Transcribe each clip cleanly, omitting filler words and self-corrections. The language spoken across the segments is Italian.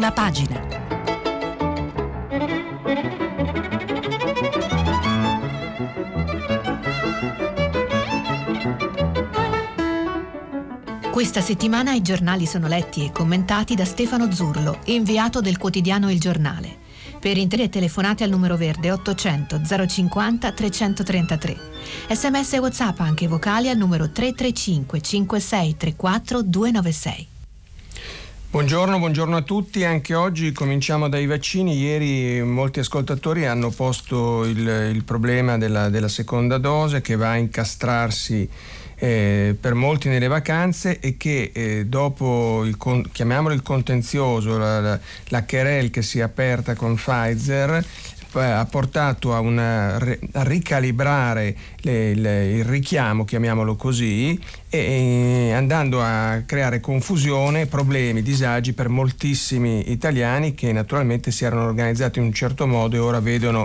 Prima pagina. Questa settimana i giornali sono letti e commentati da Stefano Zurlo, inviato del quotidiano Il Giornale. Per intere telefonate al numero verde 800 050 333. SMS e WhatsApp anche vocali al numero 335 56 34 296. Buongiorno a tutti. Anche oggi cominciamo dai vaccini. Ieri molti ascoltatori hanno posto il problema della seconda dose che va a incastrarsi per molti nelle vacanze e che dopo chiamiamolo il contenzioso, la querelle che si è aperta con Pfizer ha portato a ricalibrare il richiamo, chiamiamolo così, e andando a creare confusione, problemi, disagi per moltissimi italiani che naturalmente si erano organizzati in un certo modo e ora vedono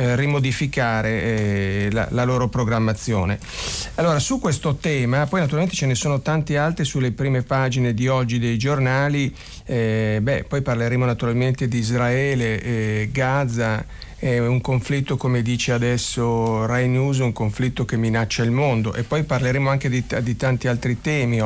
rimodificare la loro programmazione. Allora, su questo tema, poi naturalmente ce ne sono tanti altri sulle prime pagine di oggi dei giornali, poi parleremo naturalmente di Israele, Gaza. È un conflitto, come dice adesso Rai News, un conflitto che minaccia il mondo, e poi parleremo anche di tanti altri temi,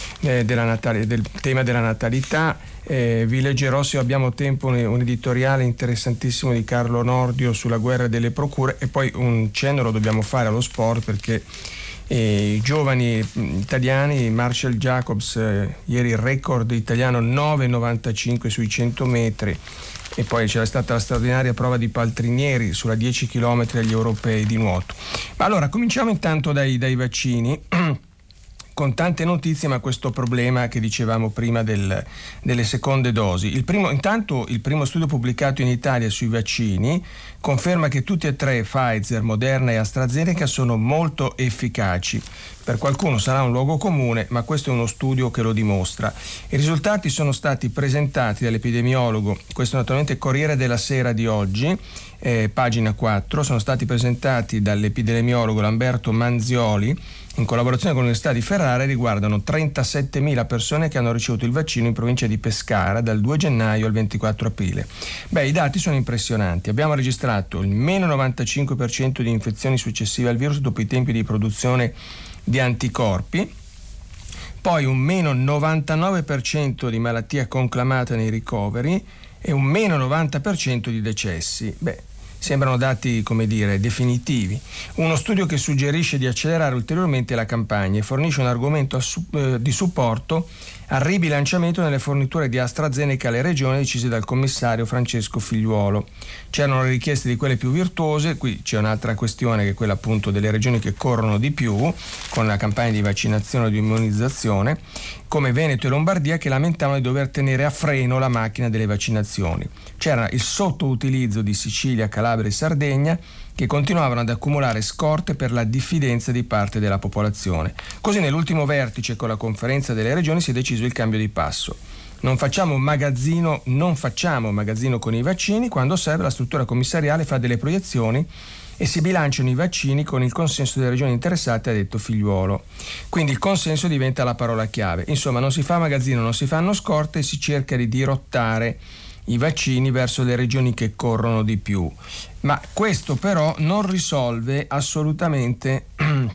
del tema della natalità. Vi leggerò, se abbiamo tempo, un editoriale interessantissimo di Carlo Nordio sulla guerra delle procure, e poi un cenno lo dobbiamo fare allo sport perché i giovani italiani, Marshall Jacobs, ieri il record italiano 9,95 sui 100 metri. E poi c'era stata la straordinaria prova di Paltrinieri sulla 10 km agli europei di nuoto. Ma allora cominciamo intanto dai vaccini, con tante notizie, ma questo problema che dicevamo prima delle seconde dosi. Il primo studio pubblicato in Italia sui vaccini conferma che tutti e tre, Pfizer, Moderna e AstraZeneca, sono molto efficaci. Per qualcuno sarà un luogo comune, ma questo è uno studio che lo dimostra. I risultati sono stati presentati dall'epidemiologo, questo naturalmente Corriere della Sera di oggi, pagina 4, sono stati presentati dall'epidemiologo Lamberto Manzioli in collaborazione con l'Università di Ferrara, e riguardano 37.000 persone che hanno ricevuto il vaccino in provincia di Pescara dal 2 gennaio al 24 aprile. I dati sono impressionanti. Abbiamo registrato il meno 95% di infezioni successive al virus dopo i tempi di produzione di anticorpi, poi un meno 99% di malattia conclamata nei ricoveri e un meno 90% di decessi. Sembrano dati, come dire, definitivi. Uno studio che suggerisce di accelerare ulteriormente la campagna e fornisce un argomento di supporto al ribilanciamento nelle forniture di AstraZeneca alle regioni decise dal commissario Francesco Figliuolo. C'erano le richieste di quelle più virtuose, qui c'è un'altra questione che è quella appunto delle regioni che corrono di più con la campagna di vaccinazione e di immunizzazione, come Veneto e Lombardia, che lamentavano di dover tenere a freno la macchina delle vaccinazioni. C'era il sottoutilizzo di Sicilia, Calabria e Sardegna, che continuavano ad accumulare scorte per la diffidenza di parte della popolazione. Così nell'ultimo vertice con la conferenza delle regioni si è deciso il cambio di passo. Non facciamo magazzino con i vaccini, quando serve la struttura commissariale fa delle proiezioni e si bilanciano i vaccini con il consenso delle regioni interessate, ha detto Figliuolo. Quindi il consenso diventa la parola chiave. Insomma, non si fa magazzino, non si fanno scorte e si cerca di dirottare i vaccini verso le regioni che corrono di più. Ma questo però non risolve assolutamente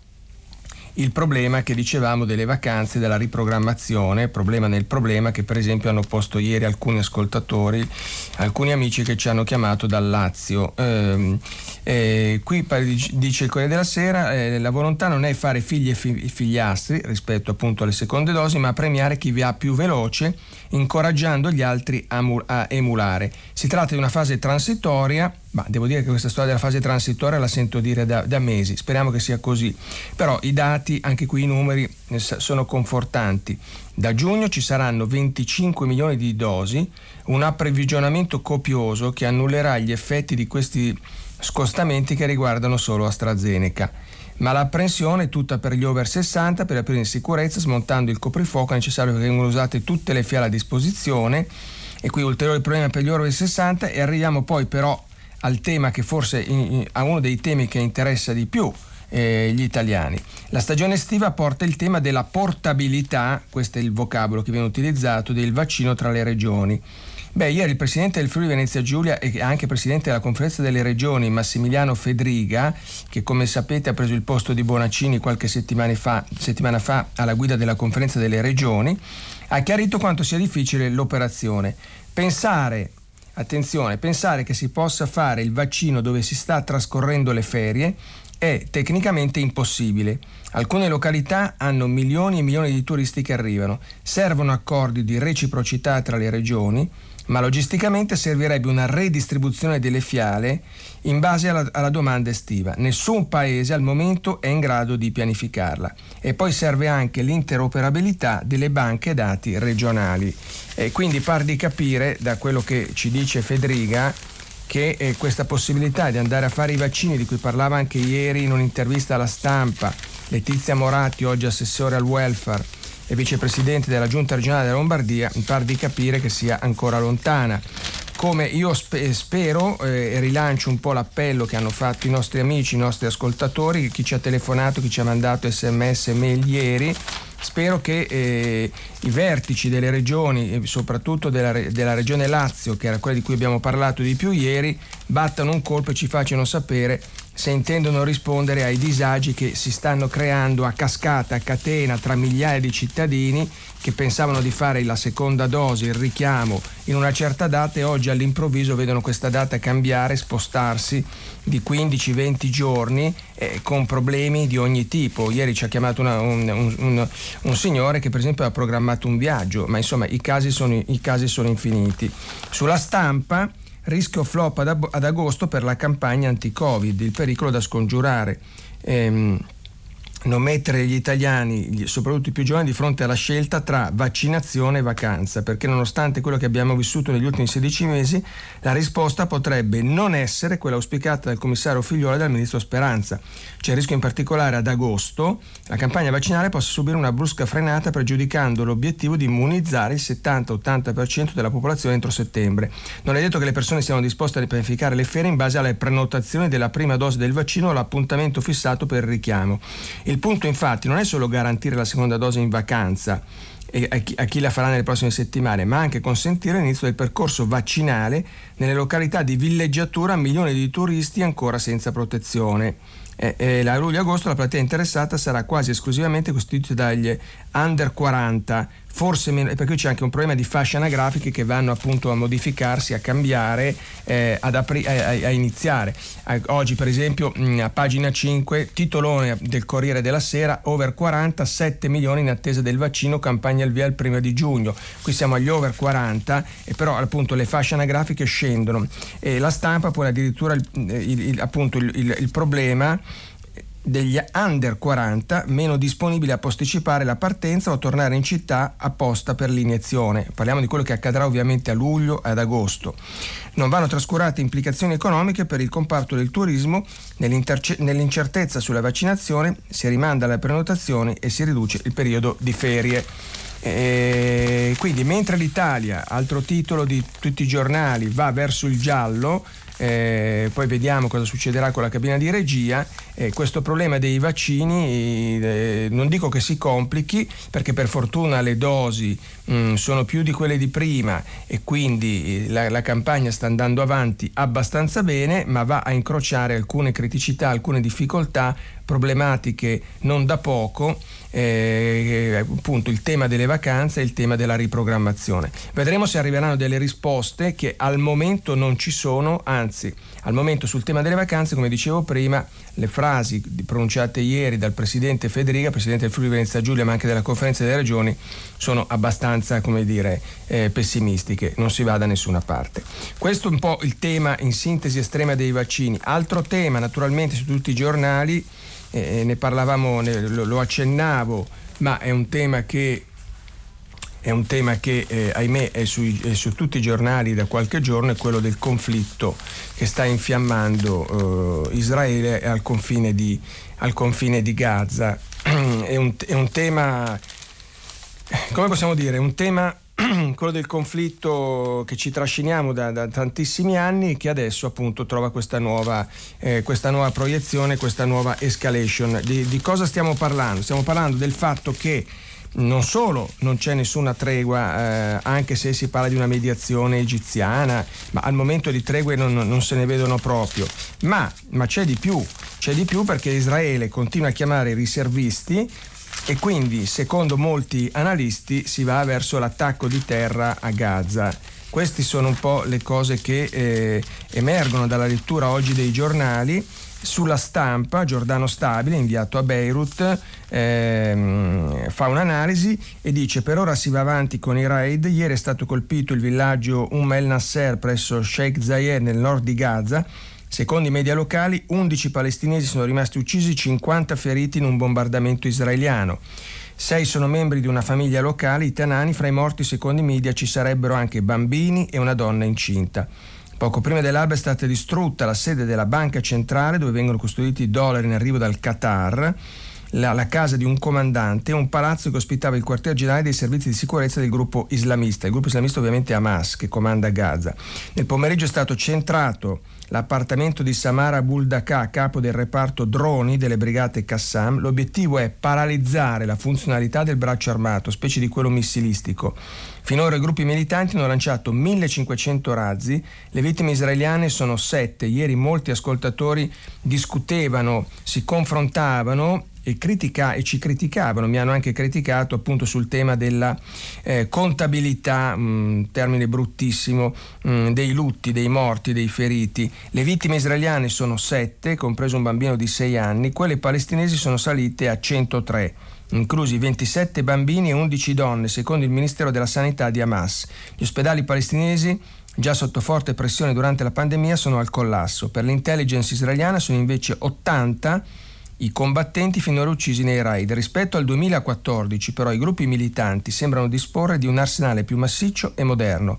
il problema che dicevamo delle vacanze, della riprogrammazione, problema nel problema che per esempio hanno posto ieri alcuni ascoltatori, alcuni amici che ci hanno chiamato dal Lazio. Qui dice il Corriere della Sera, la volontà non è fare figli e figliastri rispetto appunto alle seconde dosi, ma premiare chi va più veloce, incoraggiando gli altri a emulare. Si tratta di una fase transitoria, ma devo dire che questa storia della fase transitoria la sento dire da mesi, speriamo che sia così. Però i dati, anche qui i numeri, sono confortanti. Da giugno ci saranno 25 milioni di dosi, un approvvigionamento copioso che annullerà gli effetti di questi scostamenti che riguardano solo AstraZeneca. Ma l'apprensione è tutta per gli over 60 per aprire in sicurezza, smontando il coprifuoco necessario perché vengono usate tutte le fiale a disposizione, e qui ulteriore problema per gli over 60. E arriviamo poi però al tema che forse a uno dei temi che interessa di più gli italiani. La stagione estiva porta il tema della portabilità, questo è il vocabolo che viene utilizzato, del vaccino tra le regioni. Ieri il presidente del Friuli Venezia Giulia e anche presidente della Conferenza delle Regioni, Massimiliano Fedriga, che come sapete ha preso il posto di Bonaccini qualche settimana fa alla guida della Conferenza delle Regioni, ha chiarito quanto sia difficile l'operazione. Pensare che si possa fare il vaccino dove si sta trascorrendo le ferie è tecnicamente impossibile. Alcune località hanno milioni e milioni di turisti che arrivano. Servono accordi di reciprocità tra le regioni, ma logisticamente servirebbe una redistribuzione delle fiale in base alla domanda estiva. Nessun paese al momento è in grado di pianificarla. E poi serve anche l'interoperabilità delle banche dati regionali. E quindi par di capire, da quello che ci dice Fedriga, che questa possibilità di andare a fare i vaccini, di cui parlava anche ieri in un'intervista alla Stampa Letizia Moratti, oggi assessore al welfare e vicepresidente della Giunta regionale della Lombardia, mi pare di capire che sia ancora lontana. Come io spero e rilancio un po' l'appello che hanno fatto i nostri amici, i nostri ascoltatori, chi ci ha telefonato, chi ci ha mandato sms e mail ieri. Spero che i vertici delle regioni, soprattutto della regione Lazio, che era quella di cui abbiamo parlato di più ieri, battano un colpo e ci facciano sapere se intendono rispondere ai disagi che si stanno creando a cascata, a catena, tra migliaia di cittadini che pensavano di fare la seconda dose, il richiamo, in una certa data e oggi all'improvviso vedono questa data cambiare, spostarsi di 15-20 giorni con problemi di ogni tipo. Ieri ci ha chiamato un signore che per esempio ha programmato un viaggio, ma insomma i casi sono infiniti. Sulla Stampa, rischio flop ad agosto per la campagna anti-Covid, il pericolo da scongiurare. Non mettere gli italiani, soprattutto i più giovani, di fronte alla scelta tra vaccinazione e vacanza, perché nonostante quello che abbiamo vissuto negli ultimi 16 mesi, la risposta potrebbe non essere quella auspicata dal commissario Figliuolo e dal ministro Speranza. C'è il rischio in particolare ad agosto la campagna vaccinale possa subire una brusca frenata, pregiudicando l'obiettivo di immunizzare il 70-80% della popolazione entro settembre. Non è detto che le persone siano disposte a pianificare le ferie in base alle prenotazioni della prima dose del vaccino o all'appuntamento fissato per il richiamo. Il punto infatti non è solo garantire la seconda dose in vacanza a chi la farà nelle prossime settimane, ma anche consentire l'inizio del percorso vaccinale nelle località di villeggiatura a milioni di turisti ancora senza protezione. La luglio-agosto la platea interessata sarà quasi esclusivamente costituita dagli under 40, forse meno, perché c'è anche un problema di fasce anagrafiche che vanno appunto a modificarsi, a cambiare, a iniziare. Oggi per esempio a pagina 5, titolone del Corriere della Sera, over 40, 7 milioni in attesa del vaccino, campagna al via il 1 di giugno. Qui siamo agli over 40 e però appunto le fasce anagrafiche scendono. E la Stampa pone addirittura il problema degli under 40 meno disponibili a posticipare la partenza o a tornare in città apposta per l'iniezione. Parliamo di quello che accadrà ovviamente a luglio e ad agosto. Non vanno trascurate implicazioni economiche per il comparto del turismo. Nell'incertezza sulla vaccinazione si rimanda alle prenotazioni e si riduce il periodo di ferie. Quindi mentre l'Italia, altro titolo di tutti i giornali, va verso il giallo, poi vediamo cosa succederà con la cabina di regia, questo problema dei vaccini non dico che si complichi, perché per fortuna le dosi sono più di quelle di prima e quindi la campagna sta andando avanti abbastanza bene, ma va a incrociare alcune criticità, alcune difficoltà, problematiche non da poco, appunto il tema delle vacanze e il tema della riprogrammazione. Vedremo se arriveranno delle risposte che al momento non ci sono, anzi al momento sul tema delle vacanze, come dicevo prima, le frasi pronunciate ieri dal presidente Fedriga, presidente del Friuli Venezia Giulia ma anche della Conferenza delle Regioni, sono abbastanza, pessimistiche, non si va da nessuna parte. Questo è un po' il tema in sintesi estrema dei vaccini. Altro tema naturalmente su tutti i giornali, ne parlavamo, lo accennavo, ma è un tema che ahimè è su tutti i giornali da qualche giorno, è quello del conflitto che sta infiammando Israele al confine di Gaza. È un tema, come possiamo dire, un tema quello del conflitto che ci trasciniamo da tantissimi anni, che adesso appunto trova questa nuova proiezione, questa nuova escalation. Di cosa stiamo parlando? Stiamo parlando del fatto che non solo non c'è nessuna tregua, anche se si parla di una mediazione egiziana, ma al momento di tregue non se ne vedono proprio, ma c'è di più perché Israele continua a chiamare i riservisti e quindi, secondo molti analisti, si va verso l'attacco di terra a Gaza. Queste sono un po' le cose che emergono dalla lettura oggi dei giornali. Sulla Stampa, Giordano Stabile, inviato a Beirut, fa un'analisi e dice: per ora si va avanti con i raid. Ieri è stato colpito il villaggio El Nasser presso Sheikh Zayed nel nord di Gaza. Secondo i media locali 11 palestinesi sono rimasti uccisi, 50 feriti in un bombardamento israeliano. 6 sono membri di una famiglia locale, i Tanani. Fra i morti, secondo i media, ci sarebbero anche bambini e una donna incinta. Poco prima dell'alba è stata distrutta la sede della banca centrale dove vengono custoditi i dollari in arrivo dal Qatar, la casa di un comandante e un palazzo che ospitava il quartier generale dei servizi di sicurezza del gruppo islamista. Il gruppo islamista ovviamente è Hamas, che comanda Gaza. Nel pomeriggio è stato centrato l'appartamento di Samara Buldaka, capo del reparto droni delle brigate Qassam. L'obiettivo è paralizzare la funzionalità del braccio armato, specie di quello missilistico. Finora i gruppi militanti hanno lanciato 1500 razzi, le vittime israeliane sono 7. Ieri molti ascoltatori discutevano, si confrontavano e ci criticavano, mi hanno anche criticato appunto sul tema della contabilità, termine bruttissimo, dei lutti, dei morti, dei feriti. Le vittime israeliane sono 7, compreso un bambino di 6 anni, quelle palestinesi sono salite a 103. Inclusi 27 bambini e 11 donne, secondo il Ministero della Sanità di Hamas. Gli ospedali palestinesi, già sotto forte pressione durante la pandemia, sono al collasso. Per l'intelligence israeliana sono invece 80 i combattenti finora uccisi nei raid. Rispetto al 2014, però, i gruppi militanti sembrano disporre di un arsenale più massiccio e moderno.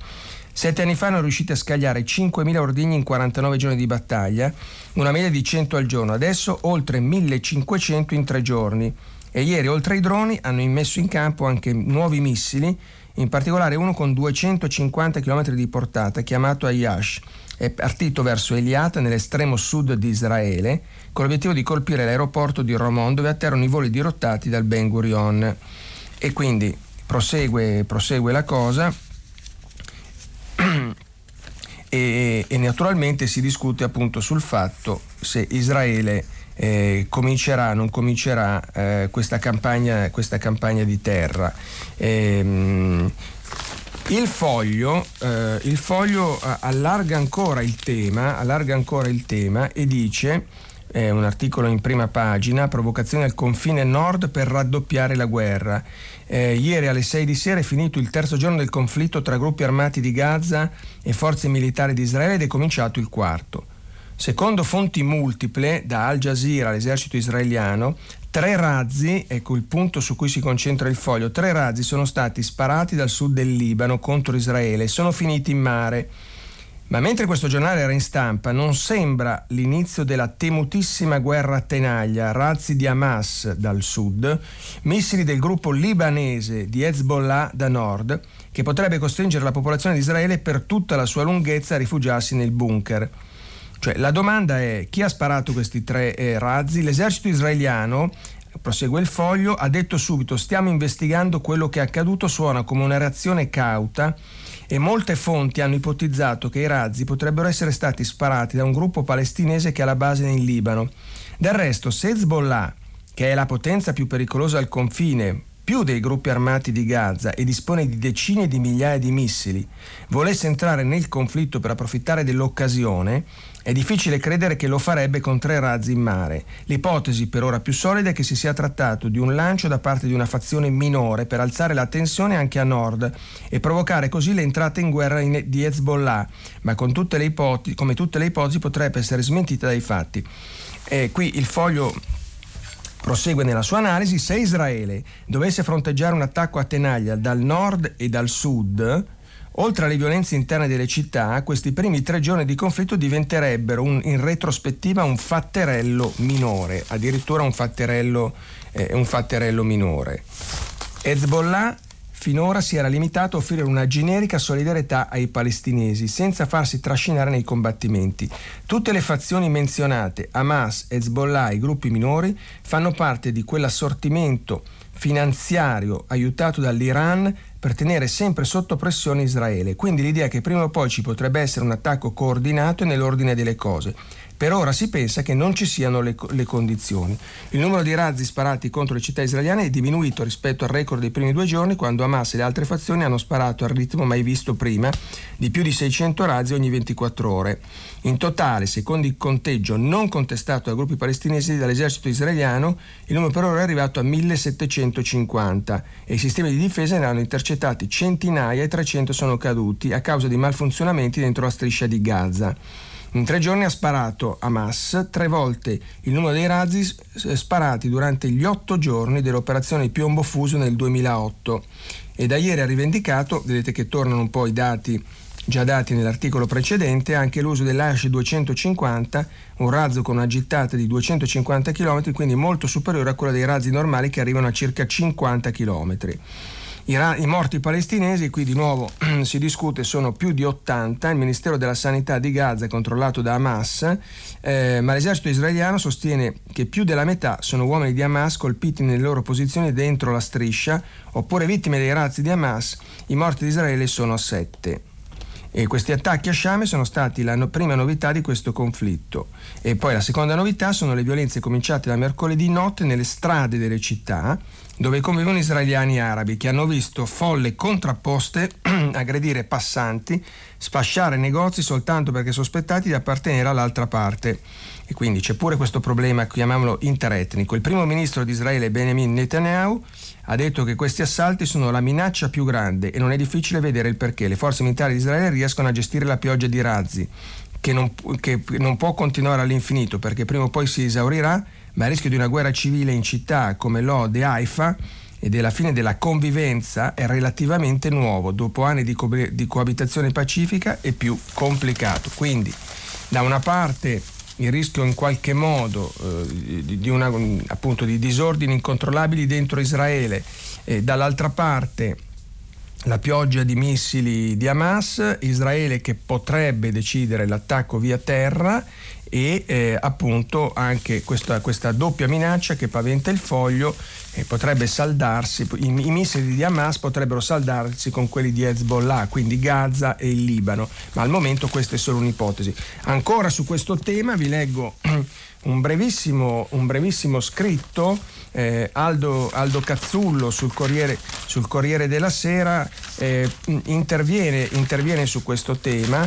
7 anni fa erano riusciti a scagliare 5.000 ordigni in 49 giorni di battaglia, una media di 100 al giorno. Adesso oltre 1.500 in 3 giorni. E ieri, oltre ai droni, hanno immesso in campo anche nuovi missili, in particolare uno con 250 km di portata, chiamato Ayash. È partito verso Eilat, nell'estremo sud di Israele, con l'obiettivo di colpire l'aeroporto di Romon, dove atterrano i voli dirottati dal Ben Gurion. E quindi prosegue la cosa e naturalmente si discute appunto sul fatto se Israele comincerà, non comincerà questa campagna di terra. Il foglio allarga ancora il tema e dice, un articolo in prima pagina: provocazione al confine nord per raddoppiare la guerra. Ieri alle 6 di sera è finito il terzo giorno del conflitto tra gruppi armati di Gaza e forze militari di Israele ed è cominciato il quarto. Secondo fonti multiple, da Al Jazeera all'esercito israeliano, 3 razzi, ecco il punto su cui si concentra il foglio, 3 razzi sono stati sparati dal sud del Libano contro Israele e sono finiti in mare. Ma mentre questo giornale era in stampa, non sembra l'inizio della temutissima guerra a tenaglia, razzi di Hamas dal sud, missili del gruppo libanese di Hezbollah da nord, che potrebbe costringere la popolazione di Israele per tutta la sua lunghezza a rifugiarsi nel bunker. Cioè, la domanda è: chi ha sparato questi 3 razzi? L'esercito israeliano, prosegue il foglio, ha detto subito: stiamo investigando quello che è accaduto. Suona come una reazione cauta e molte fonti hanno ipotizzato che i razzi potrebbero essere stati sparati da un gruppo palestinese che ha la base in Libano. Del resto, se Hezbollah, che è la potenza più pericolosa al confine, più dei gruppi armati di Gaza e dispone di decine di migliaia di missili, volesse entrare nel conflitto per approfittare dell'occasione, è difficile credere che lo farebbe con 3 razzi in mare. L'ipotesi per ora più solida è che si sia trattato di un lancio da parte di una fazione minore per alzare la tensione anche a nord e provocare così l'entrata in guerra di Hezbollah, ma come tutte le ipotesi potrebbe essere smentita dai fatti. Qui il foglio prosegue nella sua analisi: se Israele dovesse fronteggiare un attacco a tenaglia dal nord e dal sud, oltre alle violenze interne delle città, questi primi 3 giorni di conflitto diventerebbero in retrospettiva un fatterello minore, addirittura un fatterello minore. Hezbollah finora si era limitato a offrire una generica solidarietà ai palestinesi, senza farsi trascinare nei combattimenti. Tutte le fazioni menzionate, Hamas, Hezbollah e i gruppi minori, fanno parte di quell'assortimento finanziario aiutato dall'Iran per tenere sempre sotto pressione Israele. Quindi l'idea che prima o poi ci potrebbe essere un attacco coordinato è nell'ordine delle cose. Per ora si pensa che non ci siano le condizioni. Il numero di razzi sparati contro le città israeliane è diminuito rispetto al record dei primi 2 giorni, quando Hamas e le altre fazioni hanno sparato al ritmo mai visto prima di più di 600 razzi ogni 24 ore. In totale, secondo il conteggio non contestato da gruppi palestinesi dall'esercito israeliano, il numero per ora è arrivato a 1750 e i sistemi di difesa ne hanno intercettati centinaia e 300 sono caduti a causa di malfunzionamenti dentro la striscia di Gaza. In 3 giorni ha sparato Hamas 3 volte il numero dei razzi sparati durante gli 8 giorni dell'operazione Piombo Fuso nel 2008 e da ieri ha rivendicato, vedete che tornano un po' i dati già dati nell'articolo precedente, anche l'uso dell'Ash 250, un razzo con una gittata di 250 km, quindi molto superiore a quella dei razzi normali che arrivano a circa 50 km. I morti palestinesi, qui di nuovo si discute, sono più di 80. Il Ministero della Sanità di Gaza è controllato da Hamas, ma l'esercito israeliano sostiene che più della metà sono uomini di Hamas colpiti nelle loro posizioni dentro la striscia, oppure vittime dei razzi di Hamas. I morti di Israele sono 7. E questi attacchi a Sciame sono stati la prima novità di questo conflitto. E poi la seconda novità sono le violenze cominciate da mercoledì notte nelle strade delle città, dove convivono israeliani e arabi, che hanno visto folle contrapposte aggredire passanti, sfasciare negozi soltanto perché sospettati di appartenere all'altra parte. E quindi c'è pure questo problema, chiamiamolo interetnico. Il primo ministro di Israele, Benjamin Netanyahu, ha detto che questi assalti sono la minaccia più grande e non è difficile vedere il perché. Le forze militari di Israele riescono a gestire la pioggia di razzi, che non può continuare all'infinito perché prima o poi si esaurirà, ma il rischio di una guerra civile in città come Lod e Haifa e della fine della convivenza è relativamente nuovo. Dopo anni di coabitazione pacifica è più complicato. Quindi, da una parte il rischio in qualche modo di disordini incontrollabili dentro Israele, e dall'altra parte la pioggia di missili di Hamas, Israele che potrebbe decidere l'attacco via terra e appunto anche questa doppia minaccia che paventa il foglio potrebbe saldarsi, i missili di Hamas potrebbero saldarsi con quelli di Hezbollah, quindi Gaza e il Libano, ma al momento questa è solo un'ipotesi. Ancora su questo tema vi leggo un brevissimo scritto, Aldo Cazzullo sul Corriere della Sera interviene su questo tema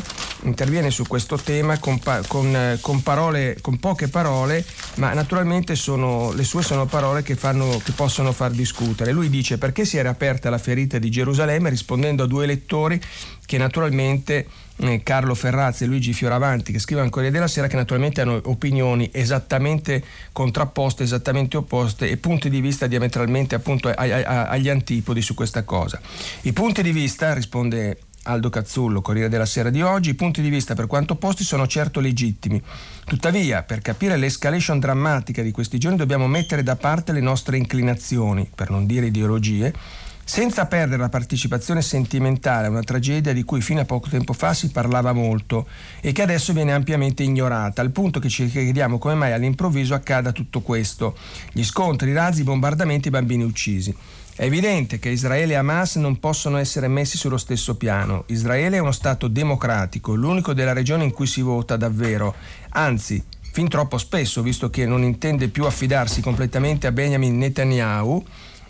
con poche parole, ma naturalmente le sue sono parole che possono far discutere. Lui dice: perché si era aperta la ferita di Gerusalemme, rispondendo a 2 lettori che naturalmente Carlo Ferrazzi e Luigi Fioravanti, che scrivono al Corriere della Sera, che naturalmente hanno opinioni esattamente contrapposte, esattamente opposte e punti di vista diametralmente appunto agli antipodi su questa cosa. I punti di vista, risponde Aldo Cazzullo, Corriere della Sera di oggi, i punti di vista per quanto opposti sono certo legittimi. Tuttavia, per capire l'escalation drammatica di questi giorni dobbiamo mettere da parte le nostre inclinazioni, per non dire ideologie, senza perdere la partecipazione sentimentale a una tragedia di cui fino a poco tempo fa si parlava molto e che adesso viene ampiamente ignorata, al punto che ci chiediamo come mai all'improvviso accada tutto questo: gli scontri, i razzi, i bombardamenti, i bambini uccisi. È evidente che Israele e Hamas non possono essere messi sullo stesso piano. Israele è uno Stato democratico, l'unico della regione in cui si vota davvero, anzi fin troppo spesso, visto che non intende più affidarsi completamente a Benjamin Netanyahu,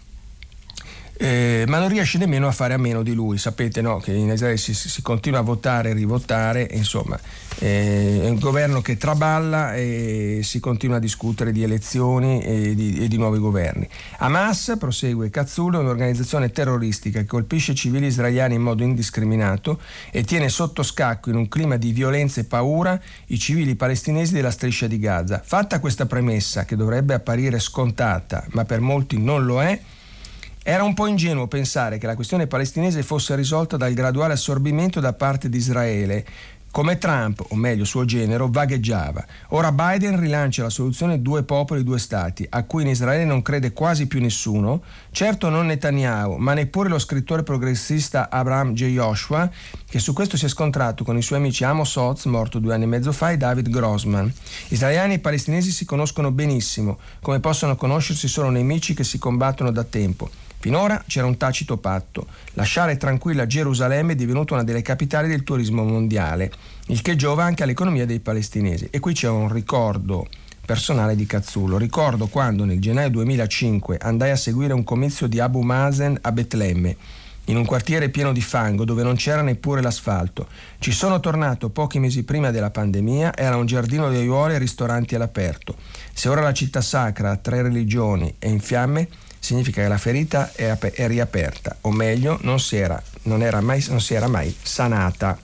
ma non riesce nemmeno a fare a meno di lui. Sapete, no, che in Israele si continua a votare e rivotare, insomma è un governo che traballa e si continua a discutere di elezioni e di nuovi governi. Hamas, prosegue Cazzullo, è un'organizzazione terroristica che colpisce civili israeliani in modo indiscriminato e tiene sotto scacco, in un clima di violenza e paura, i civili palestinesi della striscia di Gaza. Fatta questa premessa, che dovrebbe apparire scontata ma per molti non lo è, era un po' ingenuo pensare che la questione palestinese fosse risolta dal graduale assorbimento da parte di Israele, Come Trump, o meglio suo genero, vagheggiava. Ora Biden rilancia la soluzione due popoli, due stati, a cui in Israele non crede quasi più nessuno, certo non Netanyahu, ma neppure lo scrittore progressista Abraham J. Joshua, che su questo si è scontrato con i suoi amici Amos Oz, morto 2 anni e mezzo fa, e David Grossman. Israeliani e palestinesi si conoscono benissimo, come possono conoscersi solo nemici che si combattono da tempo. Finora c'era un tacito patto: lasciare tranquilla Gerusalemme è divenuta una delle capitali del turismo mondiale, il che giova anche all'economia dei palestinesi. E qui c'è un ricordo personale di Cazzullo. Ricordo quando nel gennaio 2005 andai a seguire un comizio di Abu Mazen a Betlemme, in un quartiere pieno di fango dove non c'era neppure l'asfalto. Ci sono tornato pochi mesi prima della pandemia, era un giardino di aiuole e ristoranti all'aperto. Se ora la città sacra a 3 religioni è in fiamme, significa che la ferita è riaperta, o meglio non si era mai sanata.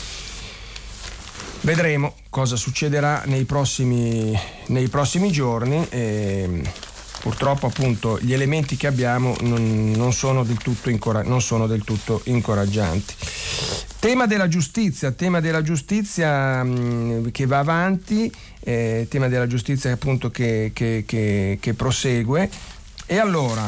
Vedremo cosa succederà nei prossimi giorni. Purtroppo appunto gli elementi che abbiamo non sono del tutto incoraggianti. Tema della giustizia che va avanti, tema della giustizia appunto che prosegue. E allora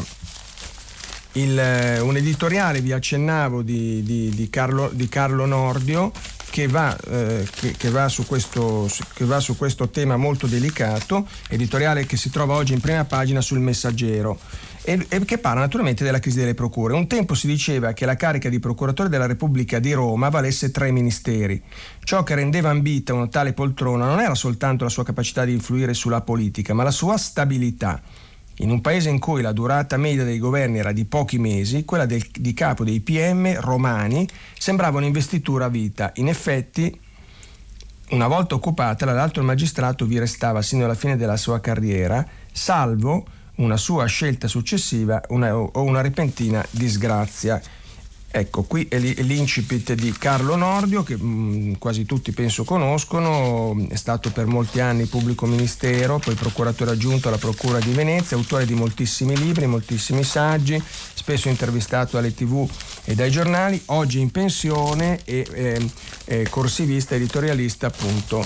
un editoriale, vi accennavo, di Carlo Nordio, che va su questo tema molto delicato, editoriale che si trova oggi in prima pagina sul Messaggero e che parla naturalmente della crisi delle procure. Un tempo si diceva che la carica di procuratore della Repubblica di Roma valesse 3 ministeri. Ciò che rendeva ambita una tale poltrona non era soltanto la sua capacità di influire sulla politica, ma la sua stabilità. In un paese in cui la durata media dei governi era di pochi mesi, quella di capo dei PM romani sembrava un'investitura a vita. In effetti, una volta occupata, l'altro magistrato vi restava sino alla fine della sua carriera, salvo una sua scelta successiva o una repentina disgrazia. Ecco, qui è l'incipit di Carlo Nordio, che quasi tutti penso conoscono. È stato per molti anni pubblico ministero, poi procuratore aggiunto alla Procura di Venezia, autore di moltissimi libri, moltissimi saggi, spesso intervistato alle TV e dai giornali, oggi in pensione e corsivista, editorialista appunto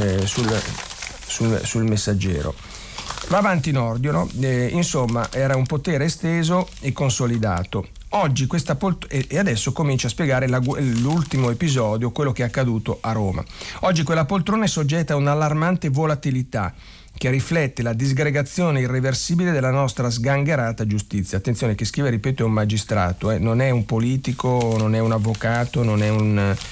sul Messaggero. Va avanti Nordio, no? Insomma, era un potere esteso e consolidato. Oggi e adesso comincia a spiegare l'ultimo episodio, quello che è accaduto a Roma. Oggi quella poltrona è soggetta a un'allarmante volatilità che riflette la disgregazione irreversibile della nostra sgangherata giustizia. Attenzione, che scrive, ripeto, è un magistrato, non è un politico, non è un avvocato, non è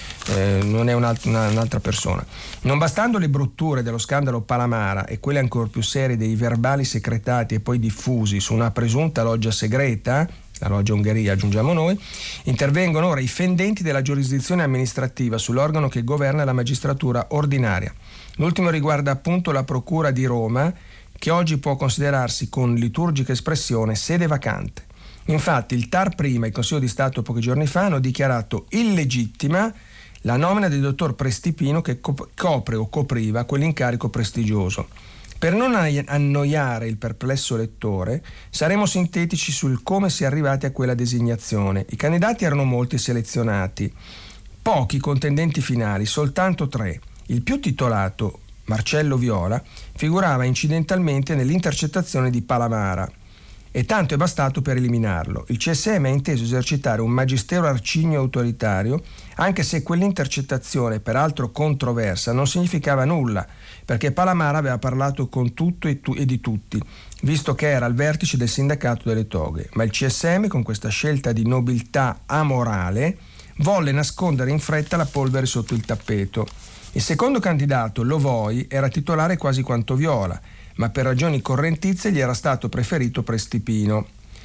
un'altra persona. Non bastando le brutture dello scandalo Palamara e quelle ancor più serie dei verbali secretati e poi diffusi su una presunta loggia segreta, la loggia Ungheria aggiungiamo noi, intervengono ora i fendenti della giurisdizione amministrativa sull'organo che governa la magistratura ordinaria. L'ultimo riguarda appunto la Procura di Roma, che oggi può considerarsi con liturgica espressione sede vacante. Infatti il TAR prima e il Consiglio di Stato pochi giorni fa hanno dichiarato illegittima la nomina del dottor Prestipino, che copre o copriva quell'incarico prestigioso. Per non annoiare il perplesso lettore, saremo sintetici sul come si è arrivati a quella designazione. I candidati erano molti selezionati, pochi contendenti finali, soltanto 3. Il più titolato, Marcello Viola, figurava incidentalmente nell'intercettazione di Palamara, e tanto è bastato per eliminarlo. Il CSM ha inteso esercitare un magistero arcigno e autoritario, anche se quell'intercettazione, peraltro controversa, non significava nulla, perché Palamara aveva parlato con tutto e di tutti, visto che era al vertice del sindacato delle toghe. Ma il CSM, con questa scelta di nobiltà amorale, volle nascondere in fretta la polvere sotto il tappeto. Il secondo candidato, Lovoi, era titolare quasi quanto Viola, ma per ragioni correntizie gli era stato preferito Prestipino,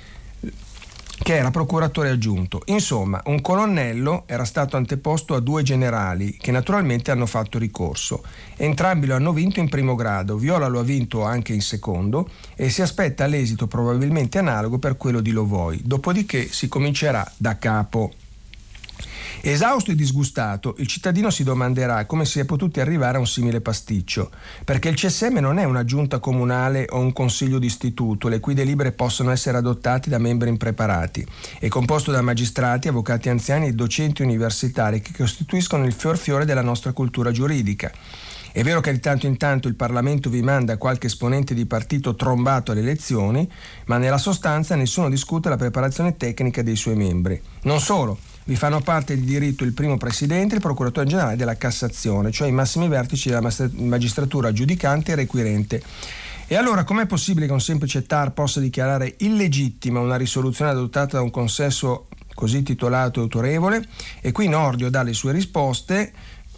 che era procuratore aggiunto. Insomma, un colonnello era stato anteposto a 2 generali, che naturalmente hanno fatto ricorso. Entrambi lo hanno vinto in primo grado, Viola lo ha vinto anche in secondo e si aspetta l'esito probabilmente analogo per quello di Lovoi. Dopodiché si comincerà da capo. Esausto e disgustato, il cittadino si domanderà come si è potuti arrivare a un simile pasticcio, perché il CSM non è una giunta comunale o un consiglio d'istituto, le cui delibere possono essere adottate da membri impreparati. È composto da magistrati, avvocati anziani e docenti universitari che costituiscono il fior della nostra cultura giuridica. È vero che di tanto in tanto il Parlamento vi manda qualche esponente di partito trombato alle elezioni, ma nella sostanza nessuno discute la preparazione tecnica dei suoi membri. Non solo, vi fanno parte di diritto il primo presidente e il procuratore generale della Cassazione, cioè i massimi vertici della magistratura giudicante e requirente. E allora com'è possibile che un semplice TAR possa dichiarare illegittima una risoluzione adottata da un consesso così titolato e autorevole? E qui Nordio dà le sue risposte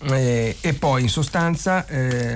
e poi in sostanza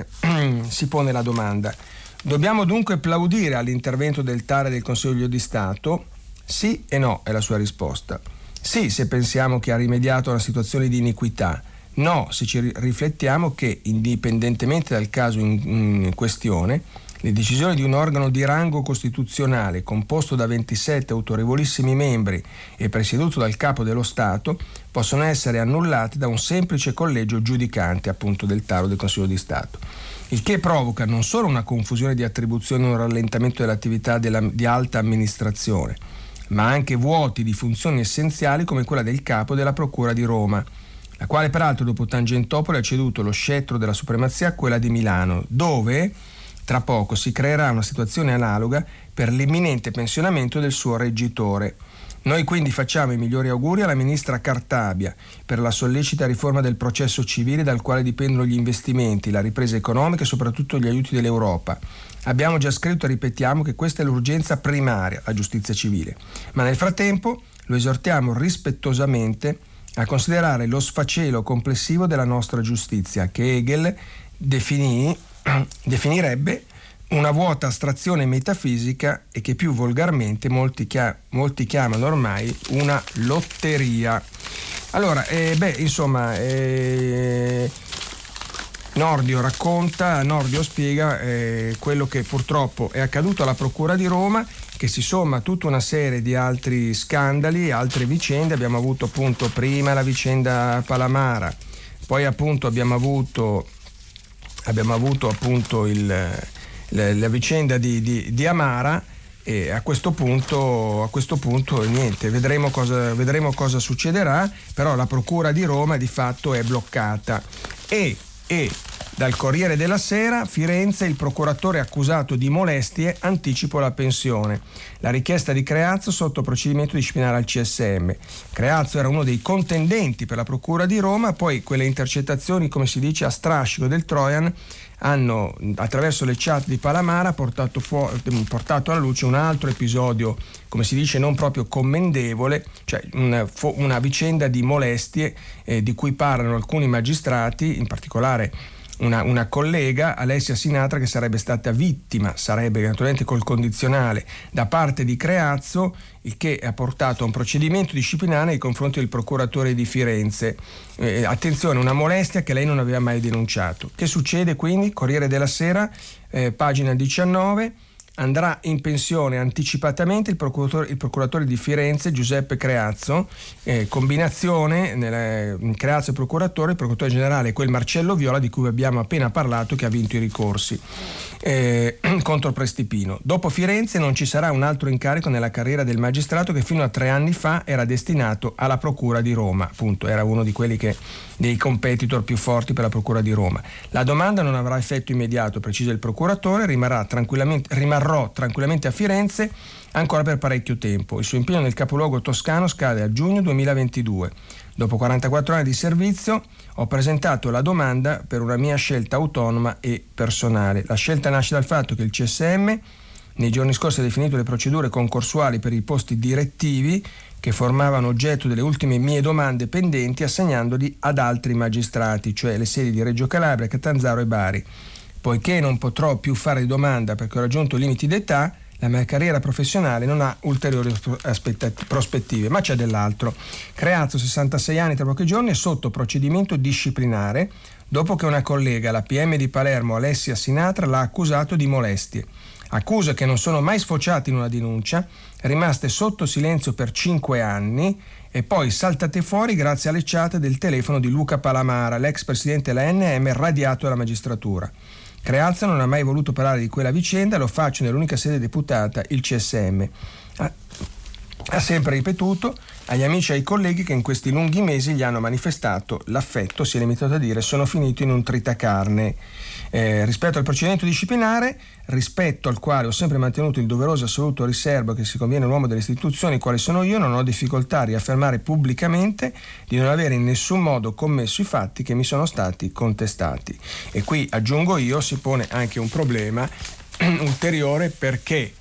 si pone la domanda: dobbiamo dunque applaudire all'intervento del TAR e del Consiglio di Stato? Sì e no è la sua risposta. Sì, se pensiamo che ha rimediato a una situazione di iniquità. No, se ci riflettiamo che, indipendentemente dal caso in questione, le decisioni di un organo di rango costituzionale composto da 27 autorevolissimi membri e presieduto dal Capo dello Stato possono essere annullate da un semplice collegio giudicante, appunto del TAR o del Consiglio di Stato. Il che provoca non solo una confusione di attribuzioni e un rallentamento dell'attività di alta amministrazione, ma anche vuoti di funzioni essenziali come quella del capo della Procura di Roma, la quale peraltro dopo Tangentopoli ha ceduto lo scettro della supremazia a quella di Milano, dove tra poco si creerà una situazione analoga per l'imminente pensionamento del suo reggitore. Noi quindi facciamo i migliori auguri alla ministra Cartabia per la sollecita riforma del processo civile dal quale dipendono gli investimenti, la ripresa economica e soprattutto gli aiuti dell'Europa. Abbiamo già scritto e ripetiamo che questa è l'urgenza primaria, la giustizia civile. Ma nel frattempo lo esortiamo rispettosamente a considerare lo sfacelo complessivo della nostra giustizia, che Hegel definirebbe una vuota astrazione metafisica e che più volgarmente molti chiamano ormai una lotteria. Allora, Nordio spiega quello che purtroppo è accaduto alla Procura di Roma, che si somma a tutta una serie di altri scandali, altre vicende. Abbiamo avuto appunto prima la vicenda Palamara, poi appunto abbiamo avuto appunto la vicenda di Amara, e a questo punto niente, vedremo cosa succederà. Però la Procura di Roma di fatto è bloccata e dal Corriere della Sera: Firenze, il procuratore accusato di molestie, anticipo la pensione. La richiesta di Creazzo sotto procedimento disciplinare al CSM. Creazzo era uno dei contendenti per la Procura di Roma, poi quelle intercettazioni, come si dice, a strascico del Trojan, hanno, attraverso le chat di Palamara, portato alla luce un altro episodio, come si dice, non proprio commendevole, cioè una vicenda di molestie di cui parlano alcuni magistrati, in particolare una collega, Alessia Sinatra, che sarebbe stata vittima, naturalmente col condizionale, da parte di Creazzo, il che ha portato a un procedimento disciplinare nei confronti del procuratore di Firenze. Attenzione, una molestia che lei non aveva mai denunciato. Che succede quindi? Corriere della Sera, pagina 19. Andrà in pensione anticipatamente il procuratore di Firenze Giuseppe Creazzo, combinazione Creazzo e il procuratore generale, quel Marcello Viola di cui abbiamo appena parlato, che ha vinto i ricorsi contro Prestipino. Dopo Firenze non ci sarà un altro incarico nella carriera del magistrato che fino a 3 anni fa era destinato alla Procura di Roma, appunto era uno di quelli dei competitor più forti per la Procura di Roma. La domanda non avrà effetto immediato, precisa il procuratore, rimarrò tranquillamente a Firenze ancora per parecchio tempo. Il suo impegno nel capoluogo toscano scade a giugno 2022. Dopo 44 anni di servizio ho presentato la domanda per una mia scelta autonoma e personale. La scelta nasce dal fatto che il CSM nei giorni scorsi ha definito le procedure concorsuali per i posti direttivi che formavano oggetto delle ultime mie domande pendenti, assegnandoli ad altri magistrati, cioè le sedi di Reggio Calabria, Catanzaro e Bari. Poiché non potrò più fare domanda perché ho raggiunto i limiti d'età, la mia carriera professionale non ha ulteriori prospettive, ma c'è dell'altro. Creazzo, 66 anni, tra pochi giorni, è sotto procedimento disciplinare dopo che una collega, la PM di Palermo Alessia Sinatra, l'ha accusato di molestie. Accuse che non sono mai sfociate in una denuncia, rimaste sotto silenzio per 5 anni e poi saltate fuori grazie alle chat del telefono di Luca Palamara, l'ex presidente dell'ANM radiato dalla magistratura. Crealza non ha mai voluto parlare di quella vicenda, lo faccio nell'unica sede deputata, il CSM. Ha sempre ripetuto agli amici e ai colleghi che in questi lunghi mesi gli hanno manifestato l'affetto, si è limitato a dire sono finito in un tritacarne. Rispetto al procedimento disciplinare, rispetto al quale ho sempre mantenuto il doveroso assoluto riservo che si conviene un uomo delle istituzioni quale sono io, non ho difficoltà a riaffermare pubblicamente di non avere in nessun modo commesso i fatti che mi sono stati contestati. E qui aggiungo io, si pone anche un problema ulteriore, perché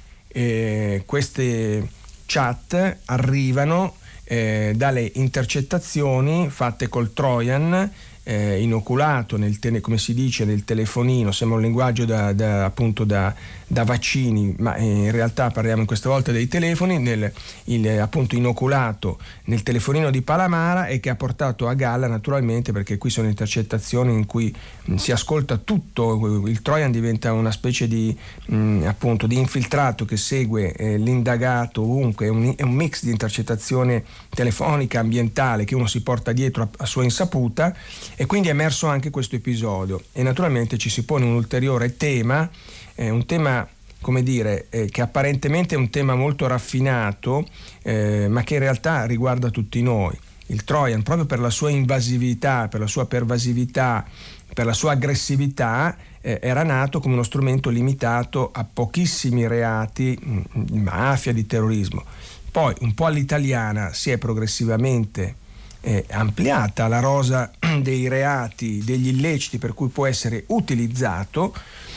queste chat arrivano dalle intercettazioni fatte col Trojan, inoculato come si dice nel telefonino, sembra un linguaggio appunto da vaccini, ma in realtà parliamo in questa volta dei telefoni, appunto inoculato nel telefonino di Palamara, e che ha portato a galla naturalmente, perché qui sono intercettazioni in cui si ascolta tutto, il Trojan diventa una specie di appunto di infiltrato che segue l'indagato ovunque, è un mix di intercettazione telefonica, ambientale, che uno si porta dietro a sua insaputa, e quindi è emerso anche questo episodio. E naturalmente ci si pone un ulteriore tema, un tema come dire che apparentemente è un tema molto raffinato, ma che in realtà riguarda tutti noi. Il Trojan, proprio per la sua invasività, per la sua pervasività, per la sua aggressività, era nato come uno strumento limitato a pochissimi reati di mafia, di terrorismo. Poi un po' all'italiana si è progressivamente ampliata la rosa dei reati, degli illeciti per cui può essere utilizzato.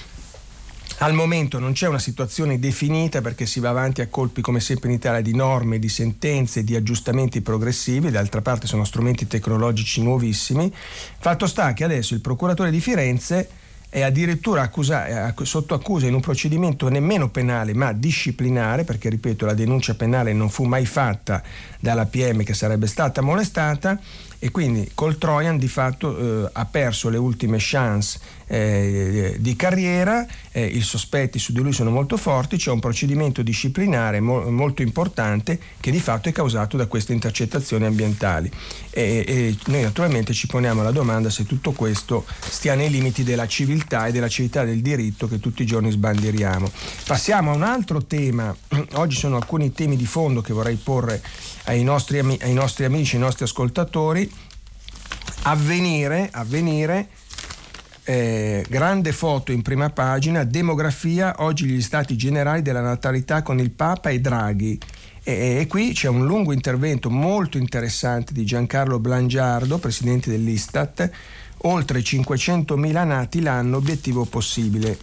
Al momento non c'è una situazione definita, perché si va avanti a colpi, come sempre in Italia, di norme, di sentenze, di aggiustamenti progressivi. D'altra parte sono strumenti tecnologici nuovissimi. Fatto sta che adesso il procuratore di Firenze è addirittura sotto accusa in un procedimento nemmeno penale ma disciplinare, perché ripeto, la denuncia penale non fu mai fatta dalla PM che sarebbe stata molestata, e quindi col Trojan di fatto ha perso le ultime chance di carriera. I sospetti su di lui sono molto forti, c'è un procedimento disciplinare molto importante che di fatto è causato da queste intercettazioni ambientali, e noi naturalmente ci poniamo la domanda se tutto questo stia nei limiti della civiltà e della civiltà del diritto che tutti i giorni sbandieriamo. Passiamo a un altro tema. Oggi sono alcuni temi di fondo che vorrei porre ai nostri amici, ai nostri ascoltatori. Avvenire, grande foto in prima pagina, demografia, oggi gli stati generali della natalità con il Papa e Draghi. E qui c'è un lungo intervento molto interessante di Giancarlo Blangiardo, presidente dell'Istat. Oltre 500.000 nati l'anno, obiettivo possibile.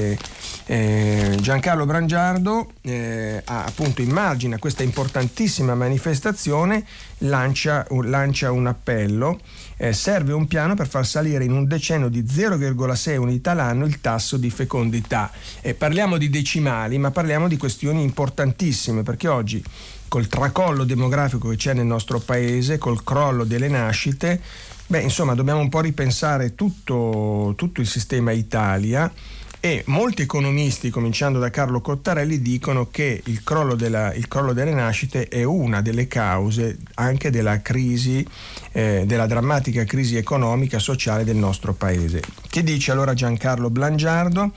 Giancarlo Brangiardo appunto immagina questa importantissima manifestazione, lancia un appello. Serve un piano per far salire in un decennio di 0,6 unità l'anno il tasso di fecondità. Parliamo di decimali, ma parliamo di questioni importantissime, perché oggi col tracollo demografico che c'è nel nostro paese, col crollo delle nascite, insomma dobbiamo un po' ripensare tutto il sistema Italia, e molti economisti, cominciando da Carlo Cottarelli, dicono che il crollo delle nascite è una delle cause anche della crisi, della drammatica crisi economica sociale del nostro paese. Che dice allora Giancarlo Blangiardo?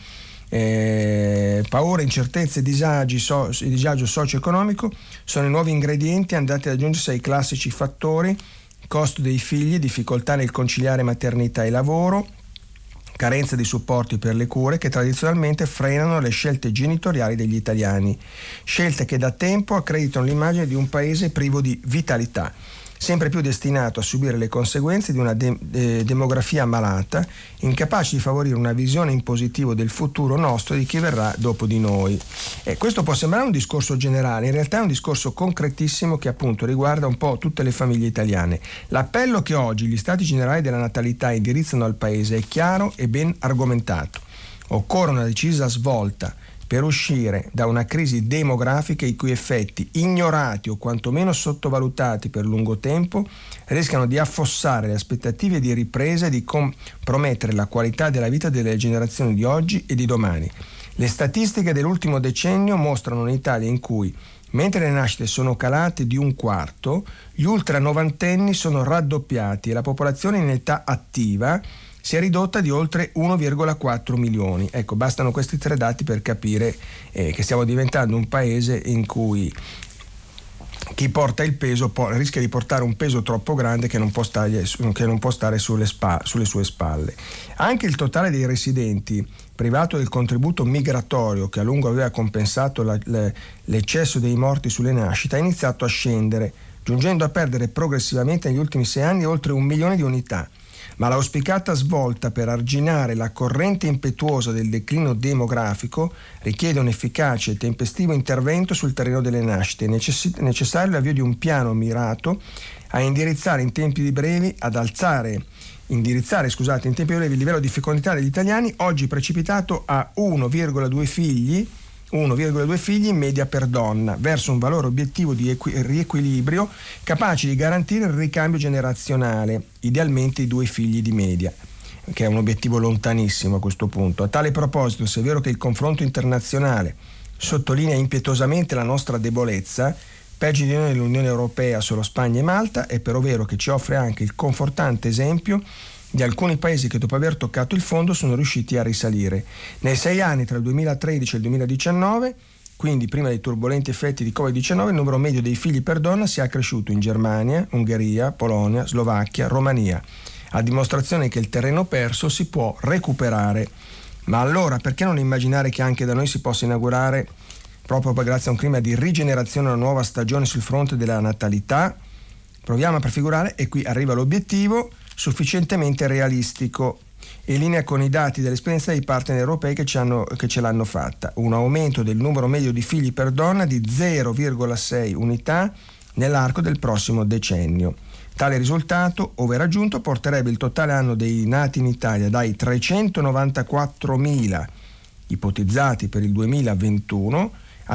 Paura, incertezze, disagio socio-economico sono i nuovi ingredienti andati ad aggiungersi ai classici fattori: costo dei figli, difficoltà nel conciliare maternità e lavoro, carenza di supporti per le cure, che tradizionalmente frenano le scelte genitoriali degli italiani, scelte che da tempo accreditano l'immagine di un paese privo di vitalità, sempre più destinato a subire le conseguenze di una demografia malata, incapace di favorire una visione in positivo del futuro nostro e di chi verrà dopo di noi. Questo può sembrare un discorso generale, in realtà è un discorso concretissimo che appunto riguarda un po' tutte le famiglie italiane. L'appello che oggi gli Stati Generali della Natalità indirizzano al Paese è chiaro e ben argomentato. Occorre una decisa svolta per uscire da una crisi demografica i cui effetti, ignorati o quantomeno sottovalutati per lungo tempo, rischiano di affossare le aspettative di ripresa e di compromettere la qualità della vita delle generazioni di oggi e di domani. Le statistiche dell'ultimo decennio mostrano un'Italia in cui Mentre le nascite sono calate di un quarto, gli ultra novantenni sono raddoppiati e la popolazione in età attiva si è ridotta di oltre 1,4 milioni. Ecco, bastano questi 3 dati per capire che stiamo diventando un paese in cui chi porta il peso rischia di portare un peso troppo grande che non può stare sulle sue spalle. Anche il totale dei residenti privato del contributo migratorio, che a lungo aveva compensato l'eccesso dei morti sulle nascite, ha iniziato a scendere, giungendo a perdere progressivamente negli ultimi 6 anni oltre 1 milione di unità. Ma l'auspicata svolta per arginare la corrente impetuosa del declino demografico richiede un efficace e tempestivo intervento sul terreno delle nascite. È necessario l'avvio di un piano mirato a indirizzare in tempi brevi in tempi brevi il livello di fecondità degli italiani, oggi precipitato a 1,2 figli in media per donna, verso un valore obiettivo di riequilibrio capace di garantire il ricambio generazionale, idealmente i 2 figli di media, che è un obiettivo lontanissimo a questo punto. A tale proposito, se è vero che il confronto internazionale sottolinea impietosamente la nostra debolezza, peggio di noi nell'Unione Europea solo Spagna e Malta, è però vero che ci offre anche il confortante esempio di alcuni paesi che dopo aver toccato il fondo sono riusciti a risalire. Nei 6 anni tra il 2013 e il 2019, quindi prima dei turbolenti effetti di Covid-19, il numero medio dei figli per donna si è accresciuto in Germania, Ungheria, Polonia, Slovacchia, Romania, a dimostrazione che il terreno perso si può recuperare. Ma allora perché non immaginare che anche da noi si possa inaugurare, proprio grazie a un clima di rigenerazione, una nuova stagione sul fronte della natalità? Proviamo a prefigurare, e qui arriva l'obiettivo, sufficientemente realistico, in linea con i dati dell'esperienza dei partner europei che ce l'hanno fatta. Un aumento del numero medio di figli per donna di 0,6 unità nell'arco del prossimo decennio. Tale risultato, ove raggiunto, porterebbe il totale anno dei nati in Italia dai 394.000 ipotizzati per il 2021 a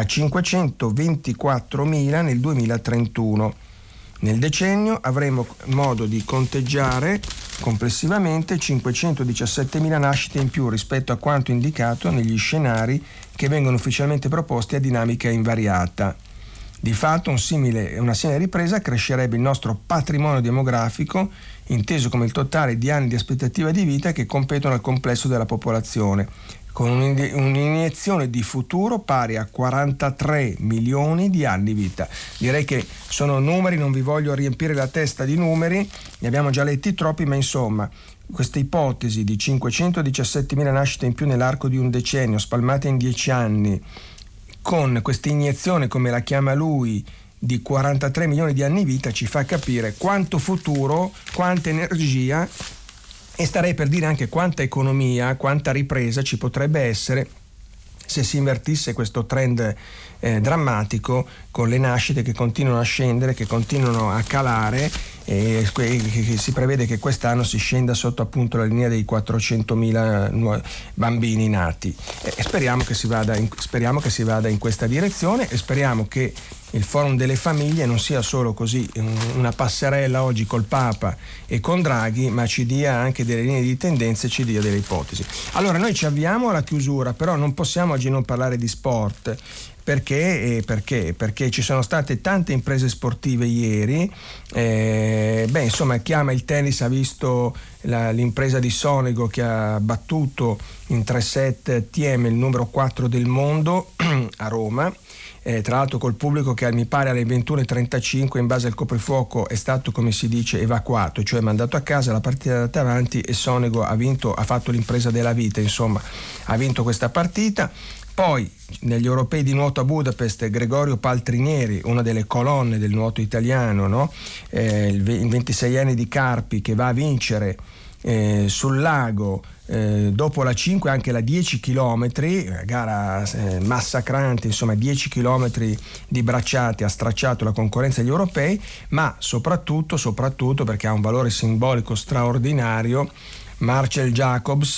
524.000 nel 2031. Nel decennio avremo modo di conteggiare complessivamente 517.000 nascite in più rispetto a quanto indicato negli scenari che vengono ufficialmente proposti a dinamica invariata. Di fatto una simile ripresa crescerebbe il nostro patrimonio demografico, inteso come il totale di anni di aspettativa di vita che competono al complesso della popolazione, con un'iniezione di futuro pari a 43 milioni di anni vita. Direi che sono numeri, non vi voglio riempire la testa di numeri, ne abbiamo già letti troppi, ma insomma questa ipotesi di 517.000 nascite in più nell'arco di un decennio, spalmate in 10 anni, con questa iniezione, come la chiama lui, di 43 milioni di anni vita, ci fa capire quanto futuro, quanta energia, e starei per dire anche quanta economia, quanta ripresa ci potrebbe essere se si invertisse questo trend drammatico, con le nascite che continuano a scendere, che continuano a calare, e si prevede che quest'anno si scenda sotto appunto la linea dei 400.000 bambini nati. Speriamo che si vada in questa direzione, e speriamo che il Forum delle Famiglie non sia solo così una passerella oggi col Papa e con Draghi, ma ci dia anche delle linee di tendenza e ci dia delle ipotesi. Allora, noi ci avviamo alla chiusura, però non possiamo oggi non parlare di sport. Perché ci sono state tante imprese sportive ieri. Chi ama il tennis ha visto l'impresa di Sonego, che ha battuto in 3 set Thiem, il numero 4 del mondo, a Roma. Tra l'altro col pubblico che mi pare alle 21:35 in base al coprifuoco è stato, come si dice, evacuato, cioè mandato a casa. La partita è andata avanti e Sonego ha fatto l'impresa della vita, insomma ha vinto questa partita. Poi negli europei di nuoto a Budapest, Gregorio Paltrinieri, una delle colonne del nuoto italiano, no? Il 26enne di Carpi, che va a vincere sul lago dopo la 5 anche la 10 km, gara massacrante, insomma 10 km di bracciati, ha stracciato la concorrenza degli europei, ma soprattutto perché ha un valore simbolico straordinario, Marcel Jacobs,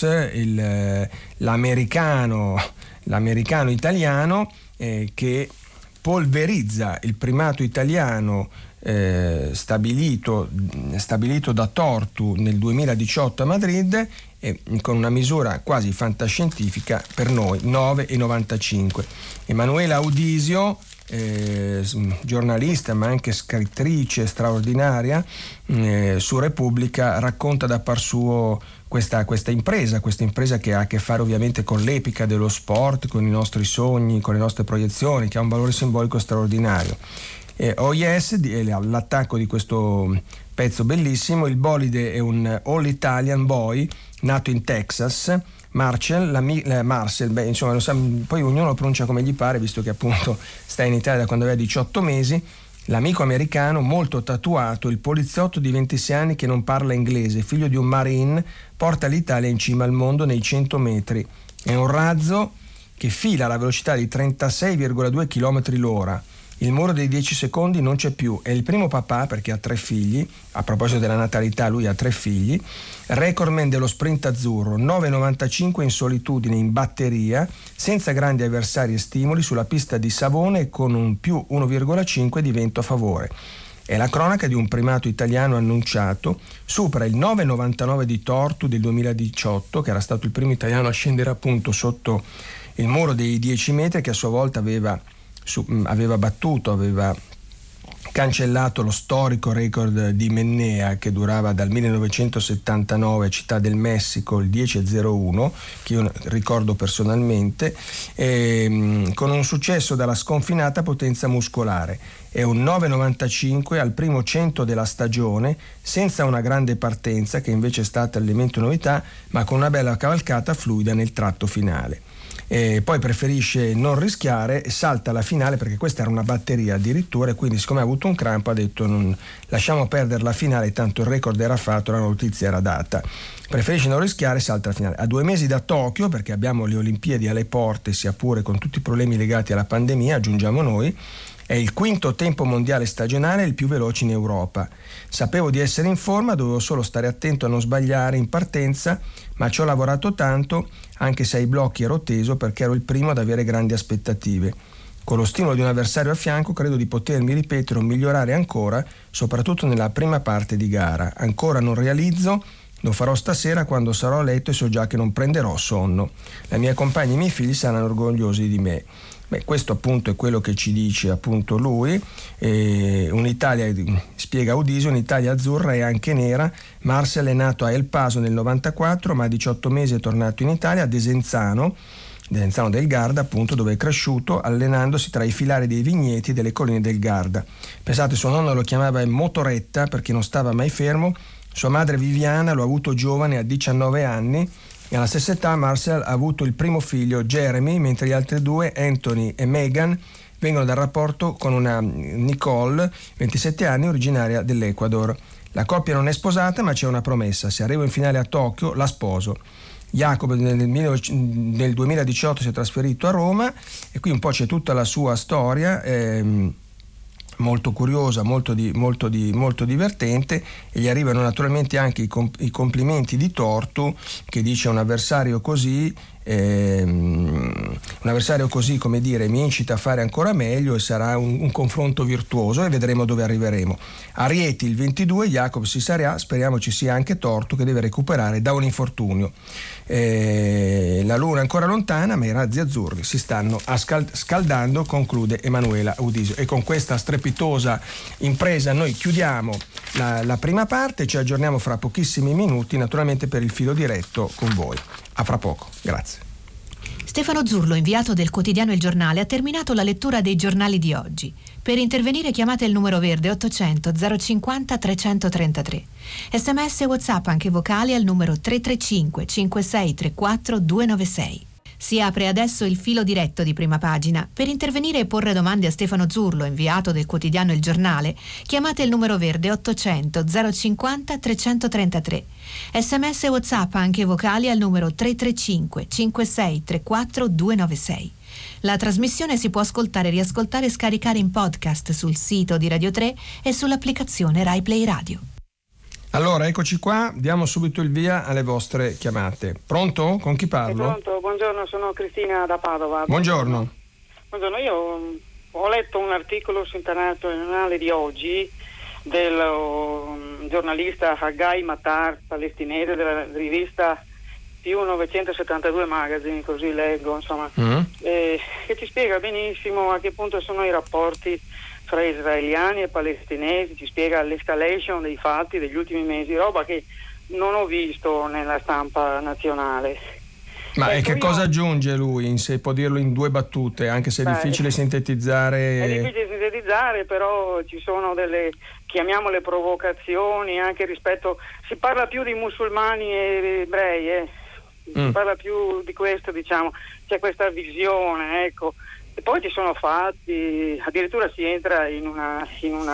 l'americano italiano, che polverizza il primato italiano stabilito da Tortu nel 2018 a Madrid, con una misura quasi fantascientifica per noi, 9,95. Emanuela Audisio giornalista ma anche scrittrice straordinaria, su Repubblica racconta da par suo questa impresa che ha a che fare ovviamente con l'epica dello sport, con i nostri sogni, con le nostre proiezioni, che ha un valore simbolico straordinario. Oh Yes, l'attacco di questo pezzo bellissimo. Il bolide è un all Italian boy nato in Texas, Marcel, insomma, poi ognuno lo pronuncia come gli pare, visto che appunto sta in Italia da quando aveva 18 mesi. L'amico americano molto tatuato, il poliziotto di 26 anni che non parla inglese, figlio di un marine, porta l'Italia in cima al mondo nei 100 metri. È un razzo che fila alla velocità di 36,2 km l'ora. Il muro dei 10 secondi non c'è più. È il primo papà, perché ha 3 figli. A proposito della natalità, lui ha 3 figli. Recordman dello sprint azzurro, 9,95 in solitudine in batteria, senza grandi avversari e stimoli, sulla pista di Savone e con un più 1,5 di vento a favore. È la cronaca di un primato italiano annunciato, supera il 9,99 di Tortu del 2018, che era stato il primo italiano a scendere appunto sotto il muro dei 10 metri, che a sua volta aveva cancellato lo storico record di Mennea, che durava dal 1979 a Città del Messico, il 10,01, che io ricordo personalmente, con un successo dalla sconfinata potenza muscolare. È un 9,95 al primo 100 della stagione, senza una grande partenza, che invece è stata l'elemento novità, ma con una bella cavalcata fluida nel tratto finale. Poi preferisce non rischiare e salta alla finale, perché questa era una batteria addirittura, e quindi siccome ha avuto un crampo ha detto lasciamo perdere la finale, tanto il record era fatto, la notizia era data. Preferisce non rischiare, salta alla finale. A 2 mesi da Tokyo, perché abbiamo le Olimpiadi alle porte, sia pure con tutti i problemi legati alla pandemia, aggiungiamo noi, è il 5° tempo mondiale stagionale e il più veloce in Europa. Sapevo di essere in forma, dovevo solo stare attento a non sbagliare in partenza, ma ci ho lavorato tanto, anche se ai blocchi ero teso, perché ero il primo ad avere grandi aspettative. Con lo stimolo di un avversario a fianco credo di potermi ripetere o migliorare ancora, soprattutto nella prima parte di gara. Ancora non realizzo, lo farò stasera quando sarò a letto e so già che non prenderò sonno. La mia compagna e i miei figli saranno orgogliosi di me. Questo appunto è quello che ci dice appunto lui. Un'Italia, spiega Udisi, un'Italia azzurra e anche nera. Marcel è nato a El Paso nel 94, ma a 18 mesi è tornato in Italia, a Desenzano del Garda, appunto, dove è cresciuto, allenandosi tra i filari dei vigneti delle colline del Garda. Pensate, suo nonno lo chiamava Motoretta perché non stava mai fermo. Sua madre Viviana lo ha avuto giovane, a 19 anni, e alla stessa età Marcel ha avuto il primo figlio, Jeremy, mentre gli altri 2, Anthony e Megan, vengono dal rapporto con una Nicole, 27 anni, originaria dell'Ecuador. La coppia non è sposata, ma c'è una promessa: se arrivo in finale a Tokyo la sposo. Jacob nel 2018 si è trasferito a Roma, e qui un po' c'è tutta la sua storia, molto curiosa, molto divertente, e gli arrivano naturalmente anche i complimenti di Tortu, che dice un avversario così, come dire, mi incita a fare ancora meglio, e sarà un confronto virtuoso e vedremo dove arriveremo. A Rieti il 22 Jacob si sarà, speriamo ci sia anche Tortu, che deve recuperare da un infortunio. La luna è ancora lontana, ma i razzi azzurri si stanno scaldando, conclude Emanuela Udisio. E con questa strepitosa impresa noi chiudiamo la prima parte, ci aggiorniamo fra pochissimi minuti, naturalmente per il filo diretto con voi. A fra poco, grazie. Stefano Zurlo, inviato del quotidiano Il Giornale, ha terminato la lettura dei giornali di oggi. Per intervenire chiamate il numero verde 800 050 333. SMS e WhatsApp anche vocali al numero 335 5634 296. Si apre adesso il filo diretto di Prima Pagina. Per intervenire e porre domande a Stefano Zurlo, inviato del quotidiano Il Giornale, chiamate il numero verde 800 050 333. SMS e WhatsApp anche vocali al numero 335 5634 296. La trasmissione si può ascoltare, riascoltare e scaricare in podcast sul sito di Radio 3 e sull'applicazione Rai Play Radio. Allora, eccoci qua, diamo subito il via alle vostre chiamate. Pronto? Con chi parlo? Pronto, buongiorno, sono Cristina da Padova. Buongiorno. Buongiorno, io ho letto un articolo su Internazionale di oggi del giornalista Haggai Matar, palestinese, della rivista più 972 Magazine, così leggo, insomma, che ci spiega benissimo a che punto sono i rapporti fra israeliani e palestinesi, ci spiega l'escalation dei fatti degli ultimi mesi, roba che non ho visto nella stampa nazionale. Ma e che cosa aggiunge lui, se può dirlo in 2 battute, anche se è difficile sintetizzare? È difficile sintetizzare, però ci sono delle, chiamiamole, provocazioni anche rispetto, si parla più di musulmani e ebrei, si parla più di questo, diciamo, c'è questa visione, ecco. E poi ci sono fatti, addirittura si entra in una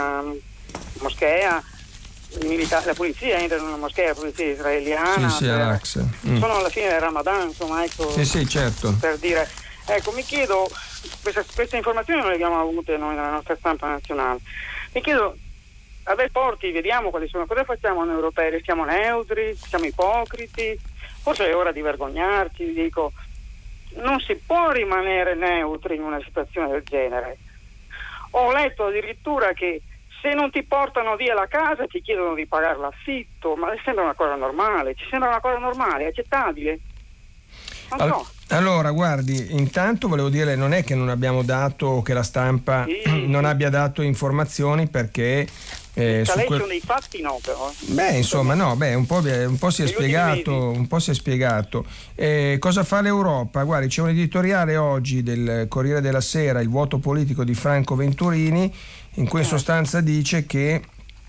moschea militare, la polizia entra in una moschea, la polizia israeliana, Al-Aqsa. Sono alla fine del Ramadan, insomma, ecco. Sì, certo. Per dire, ecco, mi chiedo, queste informazioni non le abbiamo avute noi nella nostra stampa nazionale, mi chiedo, a porti, vediamo quali sono, cosa facciamo noi europei, siamo neutri, siamo ipocriti, forse è ora di vergognarci, dico, non si può rimanere neutri in una situazione del genere. Ho letto addirittura che se non ti portano via la casa ti chiedono di pagare l'affitto, ma le sembra una cosa normale? Ci sembra una cosa normale, accettabile? Non so. Allora, guardi, intanto volevo dire, non è che non abbiamo dato, che la stampa non abbia dato informazioni, perché dei fatti no, però. Insomma, no, un po' si è spiegato. Cosa fa l'Europa? Guardi, c'è un editoriale oggi del Corriere della Sera, Il vuoto politico di Franco Venturini, in cui in sostanza dice che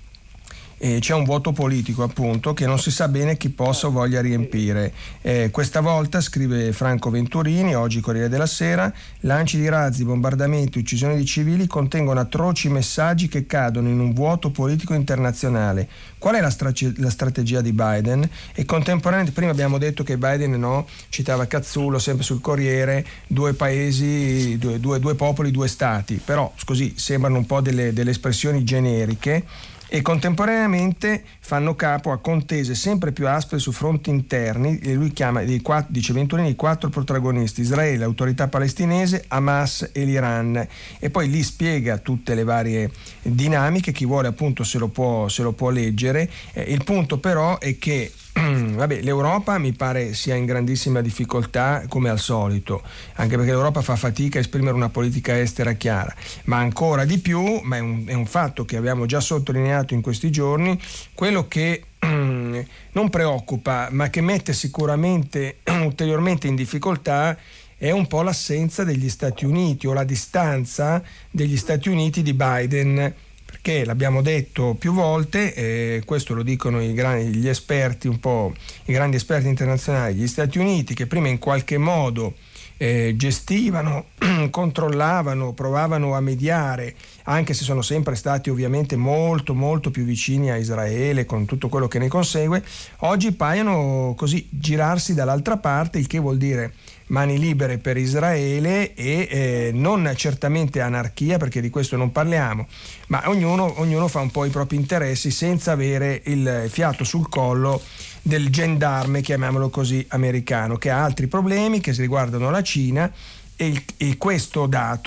c'è un vuoto politico, appunto, che non si sa bene chi possa o voglia riempire. Questa volta, scrive Franco Venturini, oggi Corriere della Sera, lanci di razzi, bombardamenti, uccisioni di civili contengono atroci messaggi che cadono in un vuoto politico internazionale. Qual è la strategia di Biden? E contemporaneamente, prima abbiamo detto che Biden citava Cazzullo sempre sul Corriere, 2 paesi, due popoli, 2 stati, però così sembrano un po' delle espressioni generiche, e contemporaneamente fanno capo a contese sempre più aspre su fronti interni, e lui chiama, dice Venturini, i 4 protagonisti: Israele, l'autorità palestinese, Hamas e l'Iran, e poi lì spiega tutte le varie dinamiche, chi vuole appunto se lo può leggere. Il punto però è che l'Europa mi pare sia in grandissima difficoltà, come al solito, anche perché l'Europa fa fatica a esprimere una politica estera chiara, ma ancora di più, ma è un fatto che abbiamo già sottolineato in questi giorni, quello che non preoccupa ma che mette sicuramente ulteriormente in difficoltà è un po' l'assenza degli Stati Uniti, o la distanza degli Stati Uniti di Biden, che l'abbiamo detto più volte, questo lo dicono gli esperti, un po' i grandi esperti internazionali. Gli Stati Uniti, che prima in qualche modo gestivano, controllavano, provavano a mediare, anche se sono sempre stati ovviamente molto molto più vicini a Israele con tutto quello che ne consegue, oggi paiono così girarsi dall'altra parte, il che vuol dire mani libere per Israele e non certamente anarchia, perché di questo non parliamo, ma ognuno fa un po' i propri interessi senza avere il fiato sul collo del gendarme, chiamiamolo così, americano, che ha altri problemi che riguardano la Cina, e questo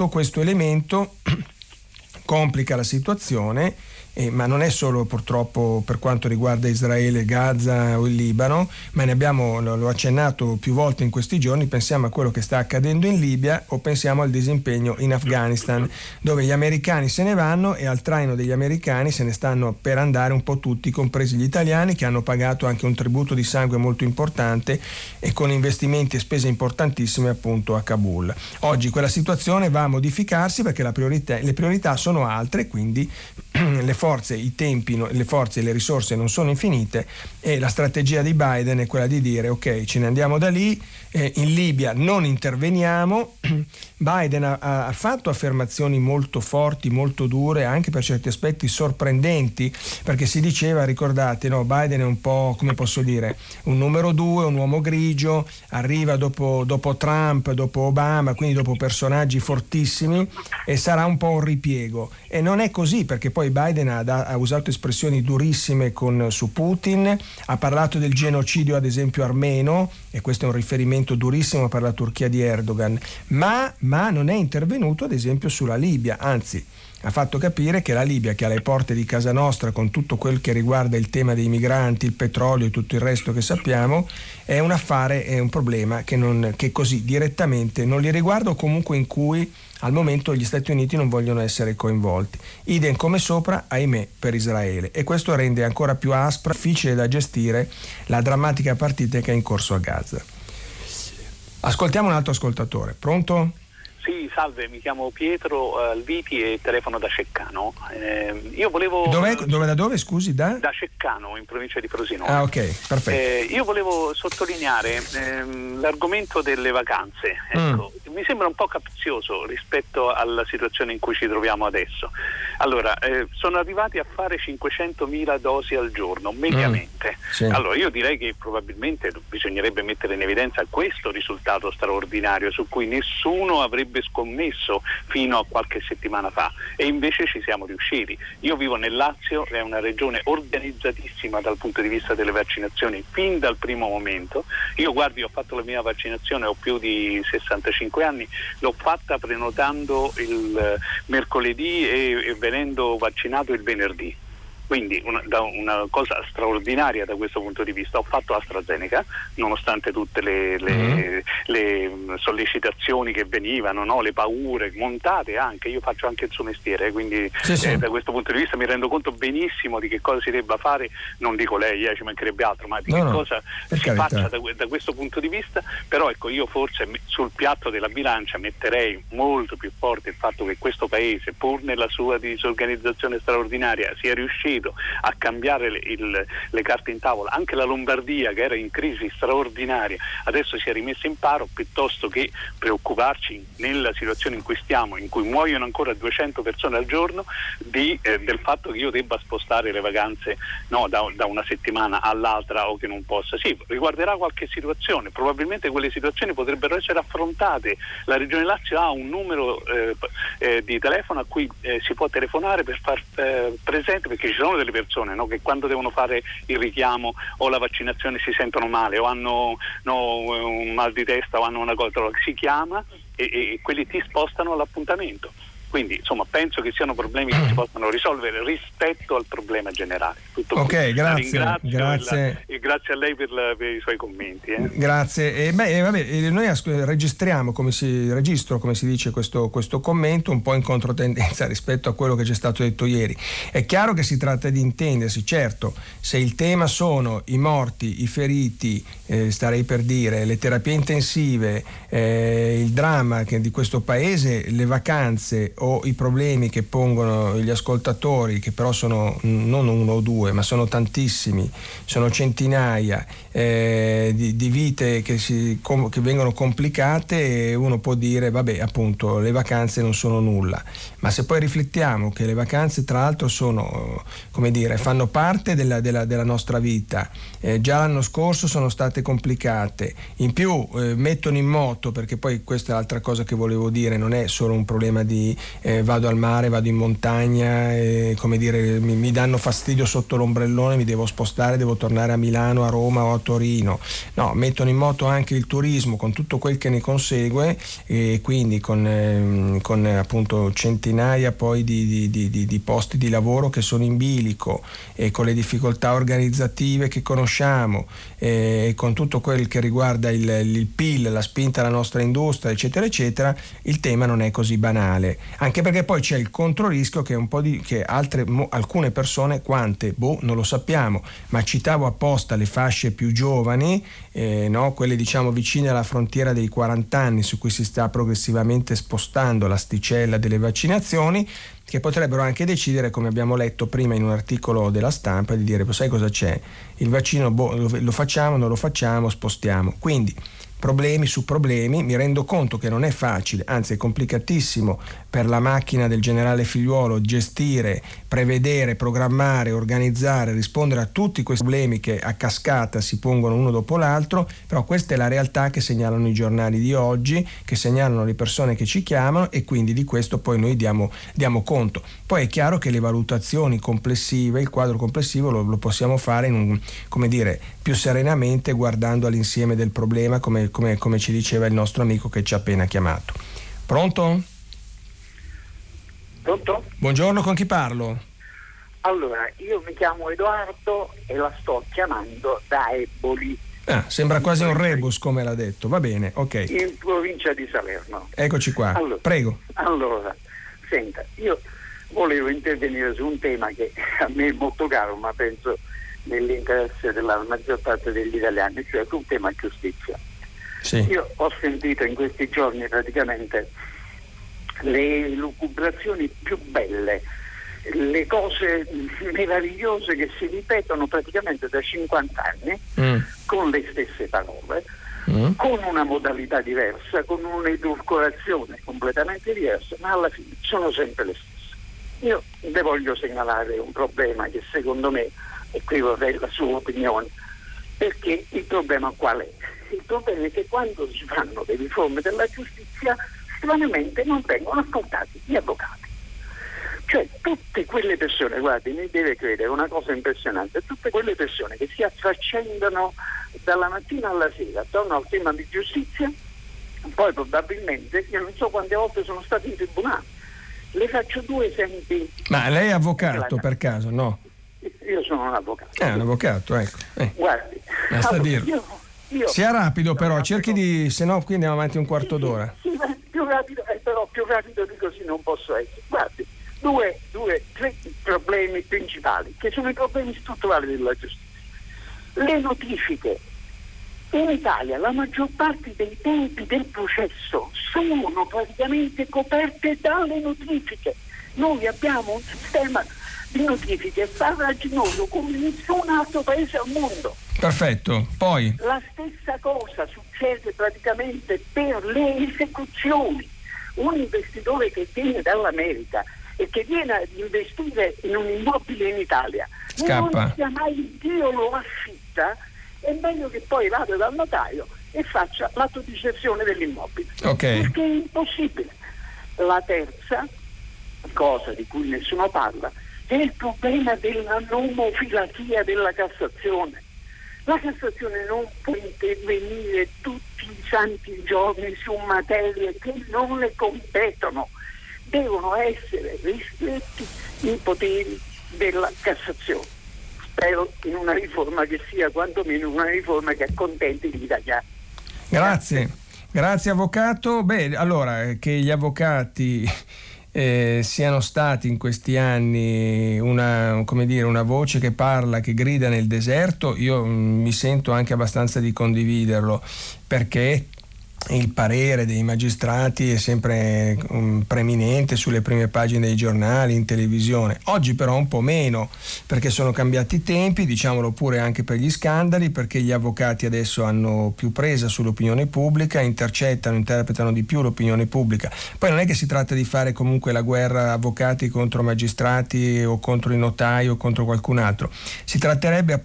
elemento complica la situazione. Ma non è solo purtroppo per quanto riguarda Israele, Gaza o il Libano, ma l'ho accennato più volte in questi giorni, pensiamo a quello che sta accadendo in Libia o pensiamo al disimpegno in Afghanistan, dove gli americani se ne vanno e al traino degli americani se ne stanno per andare un po' tutti, compresi gli italiani, che hanno pagato anche un tributo di sangue molto importante e con investimenti e spese importantissime appunto a Kabul. Oggi quella situazione va a modificarsi perché le priorità sono altre, quindi le forze, i tempi, le forze e le risorse non sono infinite, e la strategia di Biden è quella di dire ok, ce ne andiamo da lì, in Libia non interveniamo. Biden ha fatto affermazioni molto forti, molto dure, anche per certi aspetti sorprendenti, perché si diceva, ricordate, Biden è un po', come posso dire, un numero 2, un uomo grigio, arriva dopo Trump, dopo Obama, quindi dopo personaggi fortissimi, e sarà un po' un ripiego. E non è così, perché poi Biden ha usato espressioni durissime su Putin, ha parlato del genocidio ad esempio armeno, e questo è un riferimento durissimo per la Turchia di Erdogan, ma non è intervenuto ad esempio sulla Libia, anzi ha fatto capire che la Libia, che è alle porte di casa nostra, con tutto quel che riguarda il tema dei migranti, il petrolio e tutto il resto che sappiamo, è un affare, è un problema che così direttamente non li riguarda, o comunque in cui al momento gli Stati Uniti non vogliono essere coinvolti. Idem come sopra, ahimè, per Israele, e questo rende ancora più aspra, difficile da gestire la drammatica partita che è in corso a Gaza. Ascoltiamo un altro ascoltatore. Pronto? Sì, salve, mi chiamo Pietro Alviti e telefono da Ceccano. Io volevo... Da dove, scusi? Da Ceccano, in provincia di Frosinone. Ah, ok, perfetto. Io volevo sottolineare l'argomento delle vacanze. Ecco, mi sembra un po' capzioso rispetto alla situazione in cui ci troviamo adesso. Allora, sono arrivati a fare 500.000 dosi al giorno, mediamente. Sì. Allora, io direi che probabilmente bisognerebbe mettere in evidenza questo risultato straordinario su cui nessuno avrebbe scommesso fino a qualche settimana fa, e invece ci siamo riusciti. Io vivo nel Lazio, è una regione organizzatissima dal punto di vista delle vaccinazioni fin dal primo momento. Io ho fatto la mia vaccinazione, ho più di 65 anni, l'ho fatta prenotando il mercoledì e venendo vaccinato il venerdì. Quindi una cosa straordinaria da questo punto di vista. Ho fatto AstraZeneca, nonostante tutte le sollecitazioni che venivano, no? Le paure montate anche. Io faccio anche il suo mestiere, quindi sì. Da questo punto di vista mi rendo conto benissimo di che cosa si debba fare. Non dico lei, ci mancherebbe altro, ma di che cosa si faccia da questo punto di vista. Però ecco, io forse sul piatto della bilancia metterei molto più forte il fatto che questo paese, pur nella sua disorganizzazione straordinaria, sia riuscito a cambiare le carte in tavola. Anche la Lombardia, che era in crisi straordinaria, adesso si è rimessa in paro, piuttosto che preoccuparci nella situazione in cui stiamo, in cui muoiono ancora 200 persone al giorno, del fatto che io debba spostare le vacanze da una settimana all'altra, o che non possa. Sì, riguarderà qualche situazione, probabilmente quelle situazioni potrebbero essere affrontate. La Regione Lazio ha un numero di telefono a cui si può telefonare per far presente, perché ci sono delle persone, no, che quando devono fare il richiamo o la vaccinazione si sentono male o hanno un mal di testa o hanno una cosa, si chiama e quelli ti spostano l'appuntamento. Quindi insomma penso che siano problemi che si possano risolvere rispetto al problema generale. Tutto ok, grazie. Grazie. E grazie a lei per i suoi commenti. Grazie. Noi registriamo, come si dice, questo commento un po' in controtendenza rispetto a quello che ci è stato detto ieri. È chiaro che si tratta di intendersi, certo, se il tema sono i morti, i feriti, starei per dire, le terapie intensive, il dramma di questo paese, le vacanze o i problemi che pongono gli ascoltatori, che però sono non uno o due, ma sono tantissimi, sono centinaia di vite che vengono complicate, e uno può dire vabbè, appunto, le vacanze non sono nulla. Ma se poi riflettiamo che le vacanze tra l'altro sono, fanno parte della nostra vita, già l'anno scorso sono state complicate, in più mettono in moto, perché poi questa è l'altra cosa che volevo dire, non è solo un problema di vado al mare, vado in montagna, mi danno fastidio sotto l'ombrellone, mi devo spostare, devo tornare a Milano, a Roma o a Torino. No, mettono in moto anche il turismo con tutto quel che ne consegue, e quindi con appunto centinaia poi di posti di lavoro che sono in bilico, e con le difficoltà organizzative che conosciamo, e con tutto quel che riguarda il PIL, la spinta alla nostra industria, eccetera eccetera. Il tema non è così banale, anche perché poi c'è il controrischio che alcune persone, quante non lo sappiamo, ma citavo apposta le fasce più giovani, quelle diciamo vicine alla frontiera dei 40 anni, su cui si sta progressivamente spostando l'asticella delle vaccinazioni, che potrebbero anche decidere, come abbiamo letto prima in un articolo della Stampa, di dire sai cosa c'è, il vaccino lo facciamo, non lo facciamo, spostiamo. Quindi problemi su problemi. Mi rendo conto che non è facile, anzi è complicatissimo per la macchina del generale Figliuolo gestire, prevedere, programmare, organizzare, rispondere a tutti questi problemi che a cascata si pongono uno dopo l'altro, però questa è la realtà che segnalano i giornali di oggi, che segnalano le persone che ci chiamano, e quindi di questo poi noi diamo conto. Poi è chiaro che le valutazioni complessive, il quadro complessivo lo possiamo fare più serenamente, guardando all'insieme del problema, come ci diceva il nostro amico che ci ha appena chiamato. Pronto? Pronto? Buongiorno, con chi parlo? Allora, io mi chiamo Edoardo e la sto chiamando da Eboli. Sembra quasi un rebus, come l'ha detto. Va bene, ok. In provincia di Salerno. Eccoci qua, allora, prego. Allora, senta, io volevo intervenire su un tema che a me è molto caro, ma penso nell'interesse della maggior parte degli italiani, cioè sul tema giustizia. Sì. Io ho sentito in questi giorni praticamente le lucubrazioni più belle, le cose meravigliose che si ripetono praticamente da 50 anni con le stesse parole, con una modalità diversa, con un'edulcorazione completamente diversa, ma alla fine sono sempre le stesse. Io le voglio segnalare un problema che secondo me, e qui vorrei la sua opinione, perché il problema qual è? Il problema è che quando si fanno le riforme della giustizia stranamente non vengono ascoltati gli avvocati. Cioè tutte quelle persone, guardi, mi deve credere, una cosa impressionante, tutte quelle persone che si affaccendono dalla mattina alla sera attorno al tema di giustizia, poi probabilmente, io non so quante volte sono stati in tribunale. Le faccio due esempi. Ma lei è avvocato per caso, no? Io sono un avvocato. Un avvocato, ecco. Guardi, basta dirlo. Sia rapido però, cerchi di, se no qui andiamo avanti un quarto d'ora. Sì, più rapido, però più rapido di così non posso essere. Guardi, tre problemi principali, che sono i problemi strutturali della giustizia. Le notifiche. In Italia la maggior parte dei tempi del processo sono praticamente coperte dalle notifiche. Noi abbiamo un sistema di notifiche farraginoso come nessun altro paese al mondo. Perfetto, poi? La stessa cosa succede praticamente per le esecuzioni. Un investitore che viene dall'America e che viene ad investire in un immobile in Italia, scappa. Non sia mai Dio lo affitta, è meglio che poi vada dal notaio e faccia l'atto di cessione dell'immobile. Okay. Perché è impossibile. La terza cosa di cui nessuno parla è il problema della nomofilatia della Cassazione. La Cassazione non può intervenire tutti i santi giorni su materie che non le competono. Devono essere ristretti i poteri della Cassazione. Spero in una riforma che sia quantomeno una riforma che accontenti gli italiani. Grazie avvocato. Beh, allora, che gli avvocati siano stati in questi anni una voce che parla, che grida nel deserto, io mi sento anche abbastanza di condividerlo, perché il parere dei magistrati è sempre preeminente sulle prime pagine dei giornali, in televisione. Oggi però un po' meno, perché sono cambiati i tempi, diciamolo pure anche per gli scandali, perché gli avvocati adesso hanno più presa sull'opinione pubblica, interpretano di più l'opinione pubblica. Poi non è che si tratta di fare comunque la guerra avvocati contro magistrati o contro i notai o contro qualcun altro. Si tratterà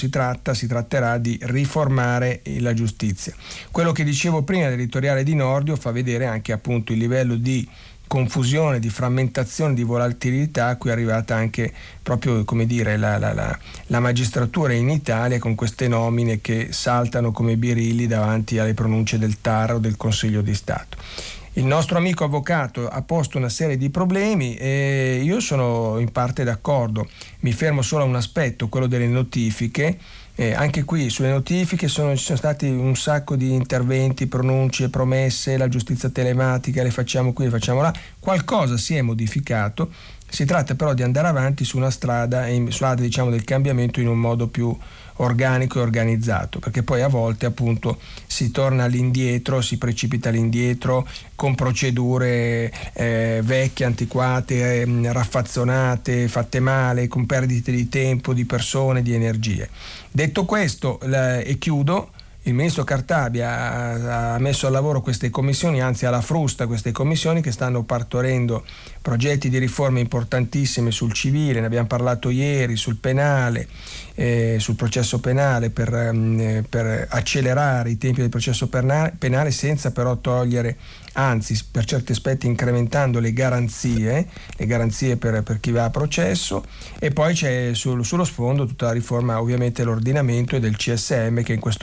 di riformare la giustizia. Quello che dicevo prima, l'editoriale di Nordio fa vedere anche appunto il livello di confusione, di frammentazione, di volatilità a cui è arrivata anche proprio, come dire, la magistratura in Italia, con queste nomine che saltano come birilli davanti alle pronunce del TAR o del Consiglio di Stato. Il nostro amico avvocato ha posto una serie di problemi e io sono in parte d'accordo. Mi fermo solo a un aspetto, quello delle notifiche. Anche qui sulle notifiche ci sono stati un sacco di interventi, pronunce, promesse, la giustizia telematica, le facciamo qui, le facciamo là. Qualcosa si è modificato, si tratta però di andare avanti su una strada diciamo del cambiamento in un modo più organico e organizzato, perché poi a volte appunto si torna all'indietro, si precipita all'indietro con procedure vecchie, antiquate, raffazzonate, fatte male, con perdite di tempo, di persone, di energie. Detto questo, e chiudo, il ministro Cartabia ha messo al lavoro queste commissioni, anzi alla frusta queste commissioni che stanno partorendo progetti di riforme importantissime sul civile, ne abbiamo parlato ieri, sul penale, sul processo penale per accelerare i tempi del processo penale senza però togliere, anzi per certi aspetti incrementando le garanzie per chi va a processo, e poi c'è sullo sfondo tutta la riforma ovviamente dell'ordinamento e del CSM, che in questo momento, come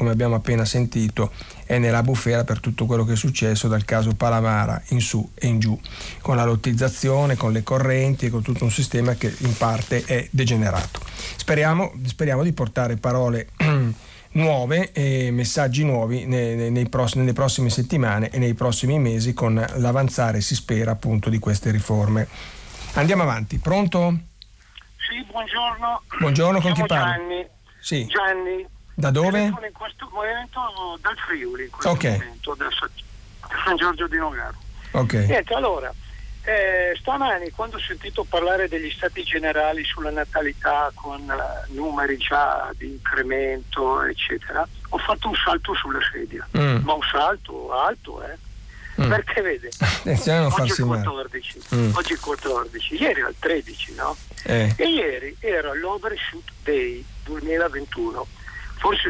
come abbiamo appena sentito, è nella bufera per tutto quello che è successo dal caso Palamara in su e in giù, con la lottizzazione, con le correnti e con tutto un sistema che in parte è degenerato. Speriamo di portare parole nuove e messaggi nuovi nelle prossime settimane e nei prossimi mesi, con l'avanzare, si spera, appunto, di queste riforme. Andiamo avanti. Pronto? Sì, buongiorno. Buongiorno, con chi parlo? Gianni. Sì. Gianni. Da dove? In questo momento dal Friuli, in questo momento, da San Giorgio di Nogaro. Ok. Niente, allora, stamani, quando ho sentito parlare degli stati generali sulla natalità con numeri già di incremento, eccetera, ho fatto un salto sulla sedia, ma un salto alto, perché vede, oggi è 14, oggi è 14, ieri era il 13, no? E ieri era l'Overshoot Day 2021. Forse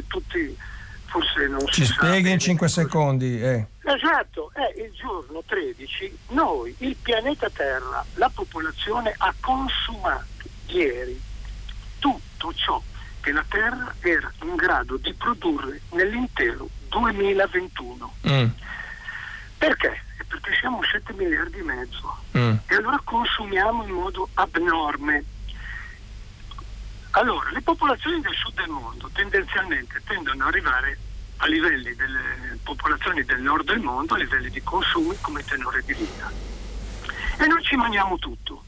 non ci si spieghi in 5 secondi. Esatto, è il giorno 13, noi, il pianeta Terra, la popolazione ha consumato ieri tutto ciò che la Terra era in grado di produrre nell'intero 2021. Perché? Perché siamo 7 miliardi e mezzo e allora consumiamo in modo abnorme. Allora, le popolazioni del sud del mondo tendenzialmente tendono ad arrivare a livelli delle popolazioni del nord del mondo, a livelli di consumi come tenore di vita. E noi ci mangiamo tutto.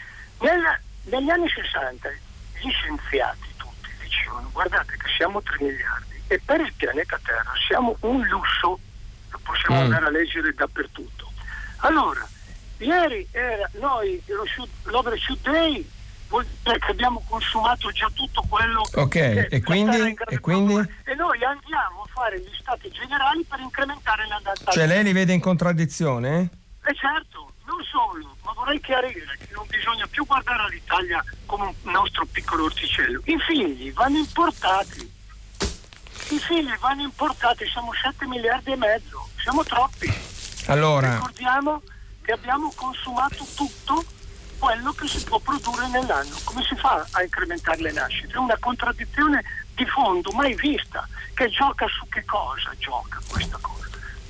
Negli anni 60 gli scienziati tutti dicevano: guardate che siamo 3 miliardi e per il pianeta Terra siamo un lusso, lo possiamo andare a leggere dappertutto. Allora, ieri era l'Overshoot Day, vuol dire che abbiamo consumato già tutto quello che e quindi e noi andiamo a fare gli stati generali per incrementare la natalità. Cioè lei li vede in contraddizione? Certo, non solo, ma vorrei chiarire che non bisogna più guardare all'Italia come un nostro piccolo orticello. I figli vanno importati, siamo 7 miliardi e mezzo, siamo troppi. Allora, ricordiamo che abbiamo consumato tutto quello che si può produrre nell'anno. Come si fa a incrementare le nascite? È una contraddizione di fondo mai vista, che gioca su che cosa gioca questa cosa?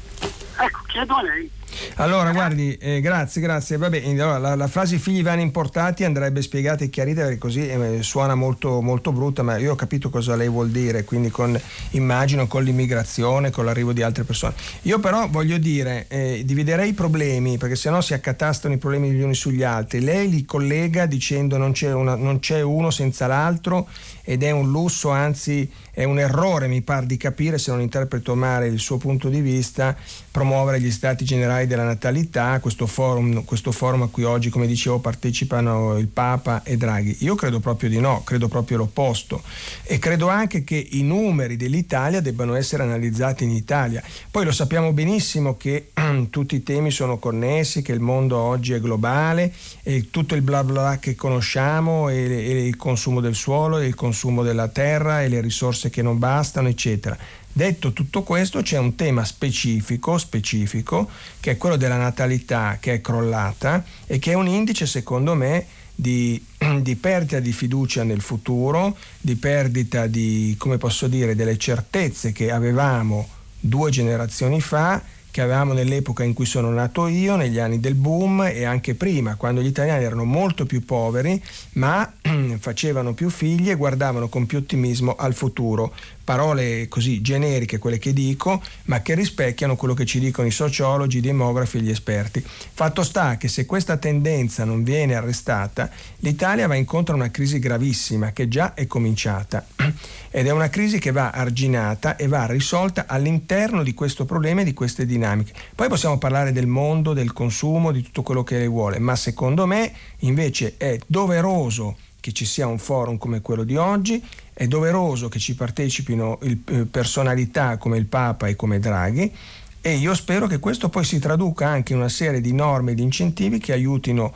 Ecco, chiedo a lei. Allora, guardi, grazie. Vabbè, allora, la frase "i figli vanno importati" andrebbe spiegata e chiarita, perché così suona molto, molto brutta, ma io ho capito cosa lei vuol dire, quindi immagino con l'immigrazione, con l'arrivo di altre persone. Io però voglio dire, dividerei i problemi, perché sennò si accatastano i problemi gli uni sugli altri. Lei li collega dicendo non c'è uno senza l'altro, ed è un lusso, anzi è un errore, mi par di capire, se non interpreto male il suo punto di vista, promuovere gli stati generali della natalità, questo forum a cui oggi, come dicevo, partecipano il Papa e Draghi. Io credo proprio di no, credo proprio l'opposto, e credo anche che i numeri dell'Italia debbano essere analizzati in Italia. Poi lo sappiamo benissimo che tutti i temi sono connessi, che il mondo oggi è globale, e tutto il bla bla che conosciamo, e il consumo del suolo, e il consumo della terra, e le risorse che non bastano, eccetera. Detto tutto questo, c'è un tema specifico, che è quello della natalità, che è crollata, e che è un indice, secondo me, di perdita di fiducia nel futuro, di perdita di, come posso dire, delle certezze che avevamo 2 generazioni fa, che avevamo nell'epoca in cui sono nato io, negli anni del boom, e anche prima, quando gli italiani erano molto più poveri, ma facevano più figli e guardavano con più ottimismo al futuro. Parole così generiche quelle che dico, ma che rispecchiano quello che ci dicono i sociologi, i demografi e gli esperti. Fatto sta che se questa tendenza non viene arrestata, l'Italia va incontro a una crisi gravissima che già è cominciata, ed è una crisi che va arginata e va risolta all'interno di questo problema e di queste dinamiche. Poi possiamo parlare del mondo, del consumo, di tutto quello che lei vuole, ma secondo me invece è doveroso che ci sia un forum come quello di oggi, è doveroso che ci partecipino personalità come il Papa e come Draghi, e io spero che questo poi si traduca anche in una serie di norme e di incentivi che aiutino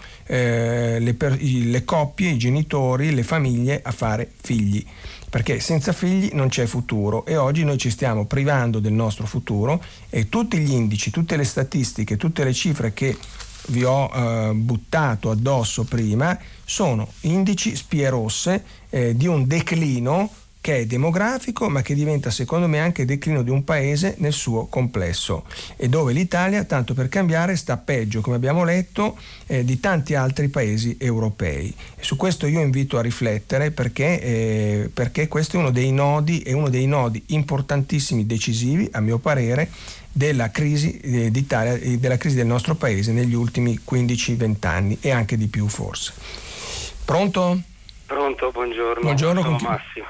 le coppie, i genitori, le famiglie a fare figli, perché senza figli non c'è futuro, e oggi noi ci stiamo privando del nostro futuro, e tutti gli indici, tutte le statistiche, tutte le cifre che vi ho buttato addosso prima sono indici, spie rosse, di un declino che è demografico, ma che diventa secondo me anche declino di un paese nel suo complesso, e dove l'Italia, tanto per cambiare, sta peggio, come abbiamo letto, di tanti altri paesi europei. E su questo io invito a riflettere, perché questo è uno dei nodi importantissimi, decisivi, a mio parere, della crisi d'Italia, della crisi del nostro paese negli ultimi 15-20 anni e anche di più forse. Pronto? Pronto, buongiorno. Buongiorno, sono Massimo.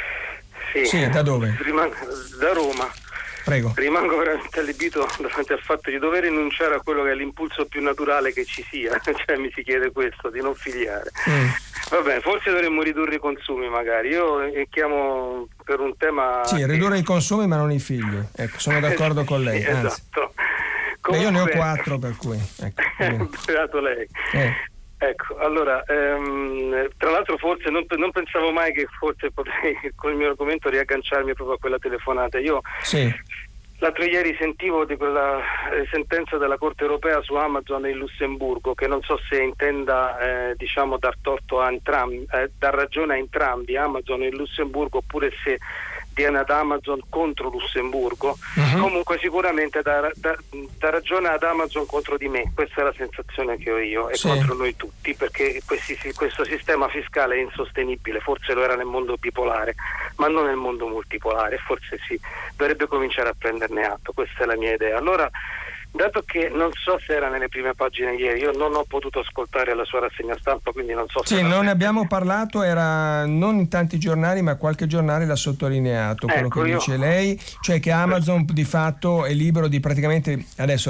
Sì, da dove? Da Roma. Prego. Rimango veramente allibito davanti al fatto di dover rinunciare a quello che è l'impulso più naturale che ci sia, cioè mi si chiede questo, di non figliare. Va bene, forse dovremmo ridurre i consumi magari. Io chiamo per un tema... Sì, ridurre i consumi ma non i figli. Ecco, sono d'accordo con lei. Esatto. Comunque... Io ne ho 4 per cui... Ecco, beato lei. Ecco, allora, tra l'altro forse non pensavo mai che forse potrei con il mio argomento riagganciarmi proprio a quella telefonata. Io l'altro ieri sentivo di quella sentenza della Corte Europea su Amazon in Lussemburgo, che non so se intenda dar torto a entrambi, dar ragione a entrambi, Amazon e Lussemburgo, oppure se viene ad Amazon contro Lussemburgo. Comunque sicuramente dà ragione ad Amazon contro di me, questa è la sensazione che ho io, e contro noi tutti, perché questo sistema fiscale è insostenibile. Forse lo era nel mondo bipolare, ma non nel mondo multipolare, forse sì, dovrebbe cominciare a prenderne atto, questa è la mia idea. Allora, dato che non so se era nelle prime pagine ieri, io non ho potuto ascoltare la sua rassegna stampa, quindi non so se... Sì, non ne abbiamo parlato, era non in tanti giornali, ma qualche giornale l'ha sottolineato, quello che dice lei, cioè che Amazon di fatto è libero di praticamente, adesso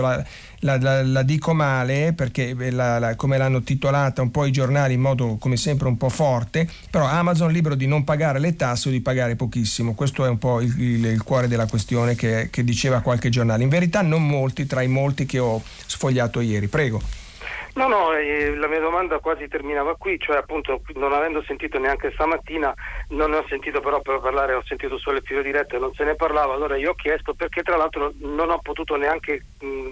la dico male perché come l'hanno titolata un po' i giornali in modo come sempre un po' forte, però Amazon è libero di non pagare le tasse o di pagare pochissimo. Questo è un po' il cuore della questione che diceva qualche giornale. In verità non molti, tra i molti che ho sfogliato ieri. Prego. No, la mia domanda quasi terminava qui, cioè appunto non avendo sentito neanche stamattina, non ne ho sentito però per parlare, ho sentito solo il filo diretto e non se ne parlava. Allora io ho chiesto, perché tra l'altro non ho potuto neanche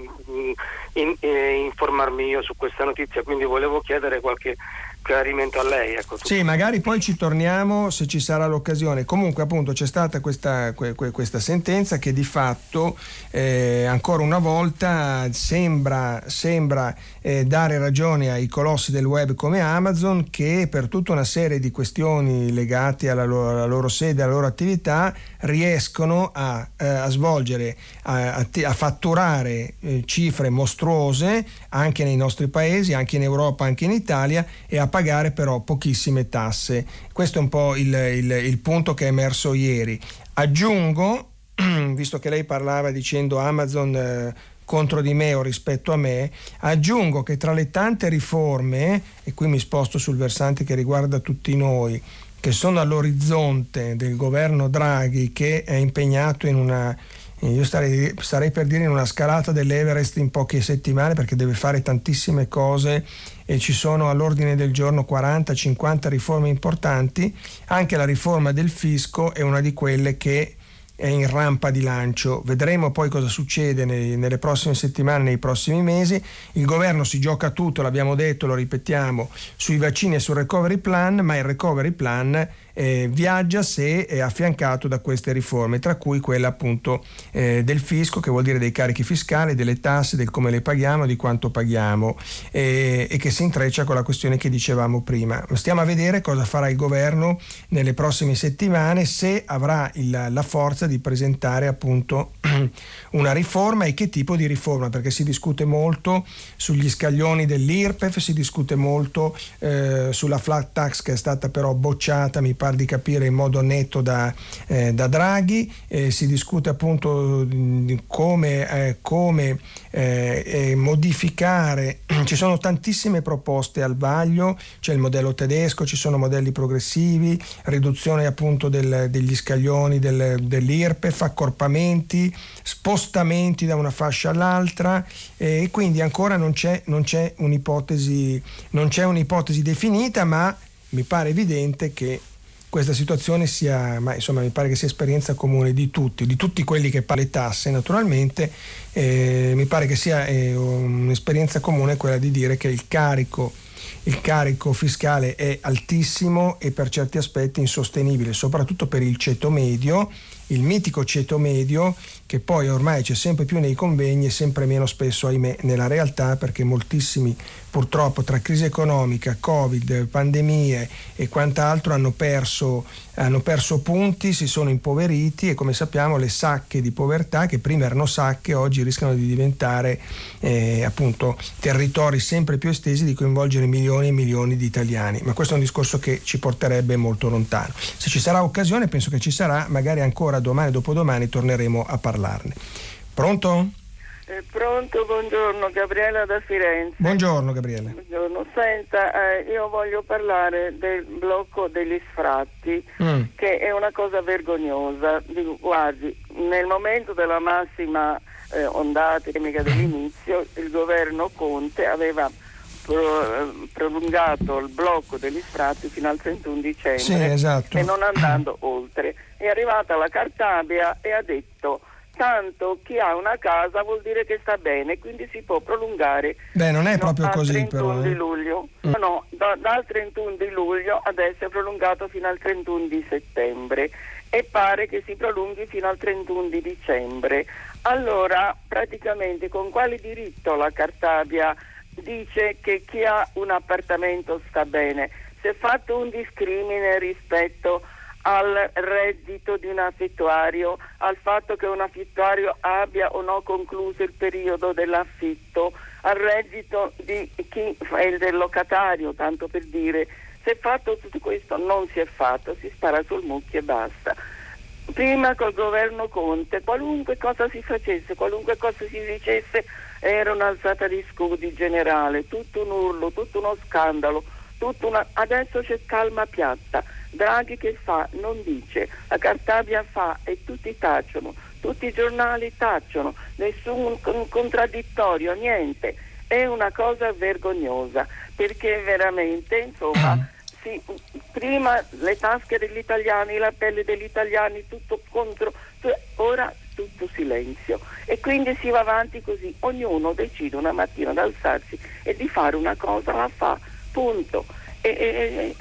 informarmi io su questa notizia, quindi volevo chiedere qualche chiarimento a lei. Ecco, sì, magari poi ci torniamo se ci sarà l'occasione. Comunque appunto c'è stata questa sentenza che di fatto ancora una volta sembra dare ragione ai colossi del web come Amazon, che per tutta una serie di questioni legate alla loro sede, alla loro attività, riescono a svolgere, a fatturare cifre mostruose anche nei nostri paesi, anche in Europa, anche in Italia, e a pagare però pochissime tasse. Questo è un po' il punto che è emerso ieri. Aggiungo, visto che lei parlava dicendo Amazon contro di me o rispetto a me, aggiungo che tra le tante riforme, e qui mi sposto sul versante che riguarda tutti noi, che sono all'orizzonte del governo Draghi, che è impegnato in una, io starei per dire in una scalata dell'Everest in poche settimane, perché deve fare tantissime cose e ci sono all'ordine del giorno 40-50 riforme importanti. Anche la riforma del fisco è una di quelle che è in rampa di lancio. Vedremo poi cosa succede nelle prossime settimane, nei prossimi mesi. Il governo si gioca tutto, l'abbiamo detto, lo ripetiamo, sui vaccini e sul recovery plan, ma il recovery plan viaggia se è affiancato da queste riforme, tra cui quella appunto del fisco, che vuol dire dei carichi fiscali, delle tasse, del come le paghiamo, di quanto paghiamo, e che si intreccia con la questione che dicevamo prima. Stiamo a vedere cosa farà il governo nelle prossime settimane, se avrà la forza di presentare appunto una riforma, e che tipo di riforma, perché si discute molto sugli scaglioni dell'IRPEF, si discute molto sulla flat tax, che è stata però bocciata, mi pare di capire, in modo netto da Draghi. Si discute appunto di come modificare. Ci sono tantissime proposte al vaglio, c'è il modello tedesco, ci sono modelli progressivi, riduzione appunto degli scaglioni dell'IRPEF, accorpamenti, spostamenti da una fascia all'altra, e quindi ancora non c'è un'ipotesi definita, ma mi pare evidente che questa situazione mi pare che sia esperienza comune di tutti quelli che pagano le tasse, naturalmente. Mi pare che sia un'esperienza comune quella di dire che il carico il carico fiscale è altissimo e per certi aspetti insostenibile, soprattutto per il ceto medio, il mitico ceto medio, che poi ormai c'è sempre più nei convegni e sempre meno spesso, ahimè, nella realtà, perché moltissimi purtroppo tra crisi economica, Covid, pandemie e quant'altro hanno perso punti, si sono impoveriti e, come sappiamo, le sacche di povertà, che prima erano sacche, oggi rischiano di diventare appunto territori sempre più estesi, di coinvolgere milioni e milioni di italiani. Ma questo è un discorso che ci porterebbe molto lontano. Se ci sarà occasione, penso che ci sarà, magari ancora domani, dopodomani torneremo a parlarne. Pronto? Pronto, buongiorno, Gabriela da Firenze. Buongiorno Gabriela. Buongiorno, senta, io voglio parlare del blocco degli sfratti, che è una cosa vergognosa. Guardi, nel momento della massima ondata epidemica dell'inizio, il governo Conte aveva prolungato il blocco degli sfratti fino al 31 dicembre, sì, esatto, e non andando oltre. È arrivata la Cartabia e ha detto: tanto chi ha una casa vuol dire che sta bene, quindi si può prolungare. Beh, non è proprio così, 31 però. Di luglio. No, dal 31 di luglio adesso è prolungato fino al 31 di settembre e pare che si prolunghi fino al 31 di dicembre. Allora, praticamente, con quale diritto la Cartabia dice che chi ha un appartamento sta bene? Si è fatto un discrimine rispetto al reddito di un affittuario, al fatto che un affittuario abbia o no concluso il periodo dell'affitto, al reddito di chi è del locatario, tanto per dire. Si è fatto tutto questo? Non si è fatto, si spara sul mucchio e basta. Prima col governo Conte, qualunque cosa si facesse, qualunque cosa si dicesse, era un'alzata di scudi generale, tutto un urlo, tutto uno scandalo, adesso c'è calma piatta. Draghi che fa? Non dice. La Cartabia fa e tutti tacciono, tutti i giornali tacciono, nessun contraddittorio, niente. È una cosa vergognosa, perché veramente, insomma, prima le tasche degli italiani, la pelle degli italiani, tutto contro, ora tutto silenzio, e quindi si va avanti così. Ognuno decide una mattina di alzarsi e di fare una cosa, la fa, punto. E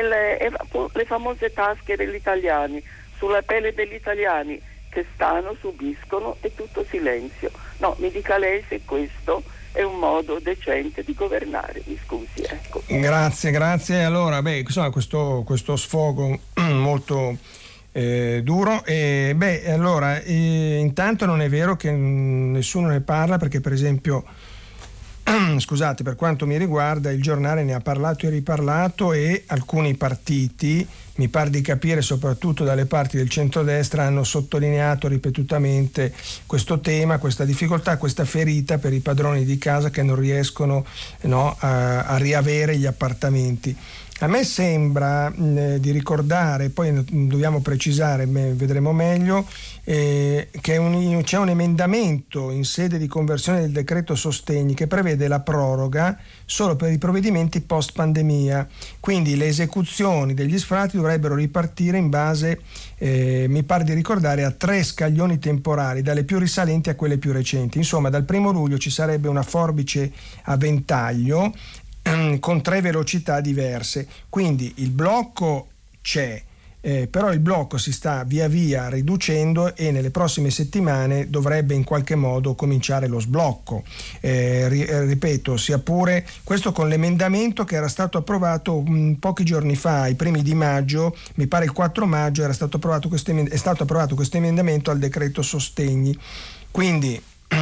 le famose tasche degli italiani, sulla pelle degli italiani che subiscono, e tutto silenzio. No, mi dica lei se questo è un modo decente di governare, mi scusi, ecco. Grazie. Allora, insomma, questo sfogo molto duro. Allora, intanto non è vero che nessuno ne parla, perché per esempio scusate, per quanto mi riguarda, il giornale ne ha parlato e riparlato, e alcuni partiti, mi pare di capire soprattutto dalle parti del centrodestra, hanno sottolineato ripetutamente questo tema, questa difficoltà, questa ferita per i padroni di casa che non riescono a riavere gli appartamenti. A me sembra di ricordare, poi dobbiamo precisare, vedremo meglio, che c'è un emendamento in sede di conversione del decreto sostegni che prevede la proroga solo per i provvedimenti post pandemia, quindi le esecuzioni degli sfratti dovrebbero ripartire in base, mi pare di ricordare, a 3 scaglioni temporali, dalle più risalenti a quelle più recenti. Insomma, dal 1 luglio ci sarebbe una forbice a ventaglio con 3 velocità diverse, quindi il blocco c'è, però il blocco si sta via via riducendo e nelle prossime settimane dovrebbe in qualche modo cominciare lo sblocco, ripeto, sia pure questo con l'emendamento che era stato approvato pochi giorni fa, i primi di maggio, mi pare il 4 maggio è stato approvato questo emendamento al decreto sostegni. Quindi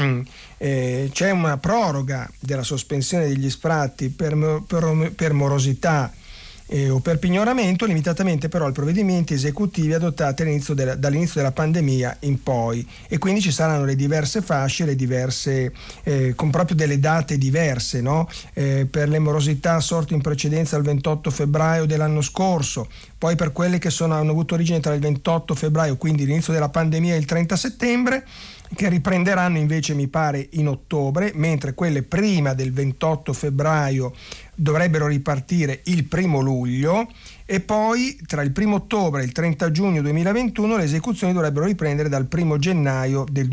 c'è una proroga della sospensione degli sfratti per morosità o per pignoramento, limitatamente però ai provvedimenti esecutivi adottati dall'inizio della pandemia in poi, e quindi ci saranno le diverse fasce, le diverse con proprio delle date diverse, no? Per le morosità sorte in precedenza al 28 febbraio dell'anno scorso, poi per quelle che hanno avuto origine tra il 28 febbraio, quindi l'inizio della pandemia, e il 30 settembre, che riprenderanno invece mi pare in ottobre, mentre quelle prima del 28 febbraio dovrebbero ripartire il 1 luglio, e poi tra il 1 ottobre e il 30 giugno 2021 le esecuzioni dovrebbero riprendere dal 1 gennaio del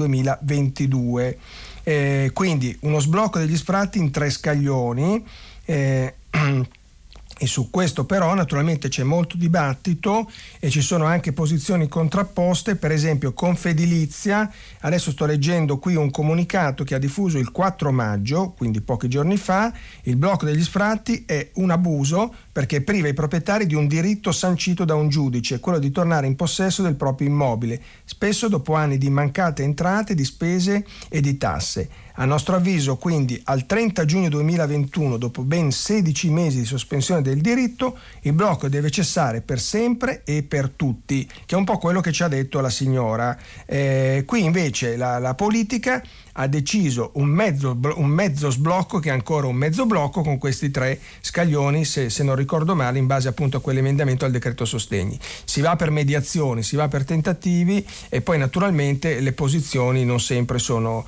2022. Quindi uno sblocco degli sfratti in 3 scaglioni, E su questo però naturalmente c'è molto dibattito e ci sono anche posizioni contrapposte. Per esempio Confedilizia, adesso sto leggendo qui un comunicato che ha diffuso il 4 maggio, quindi pochi giorni fa: il blocco degli sfratti è un abuso perché priva i proprietari di un diritto sancito da un giudice, quello di tornare in possesso del proprio immobile, spesso dopo anni di mancate entrate, di spese e di tasse. A nostro avviso, quindi, al 30 giugno 2021, dopo ben 16 mesi di sospensione del diritto, il blocco deve cessare per sempre e per tutti, che è un po' quello che ci ha detto la signora. Qui invece la politica ha deciso un mezzo sblocco, che è ancora un mezzo blocco, con questi 3 scaglioni, se non ricordo male, in base appunto a quell'emendamento al decreto sostegni. Si va per mediazioni, si va per tentativi, e poi naturalmente le posizioni non sempre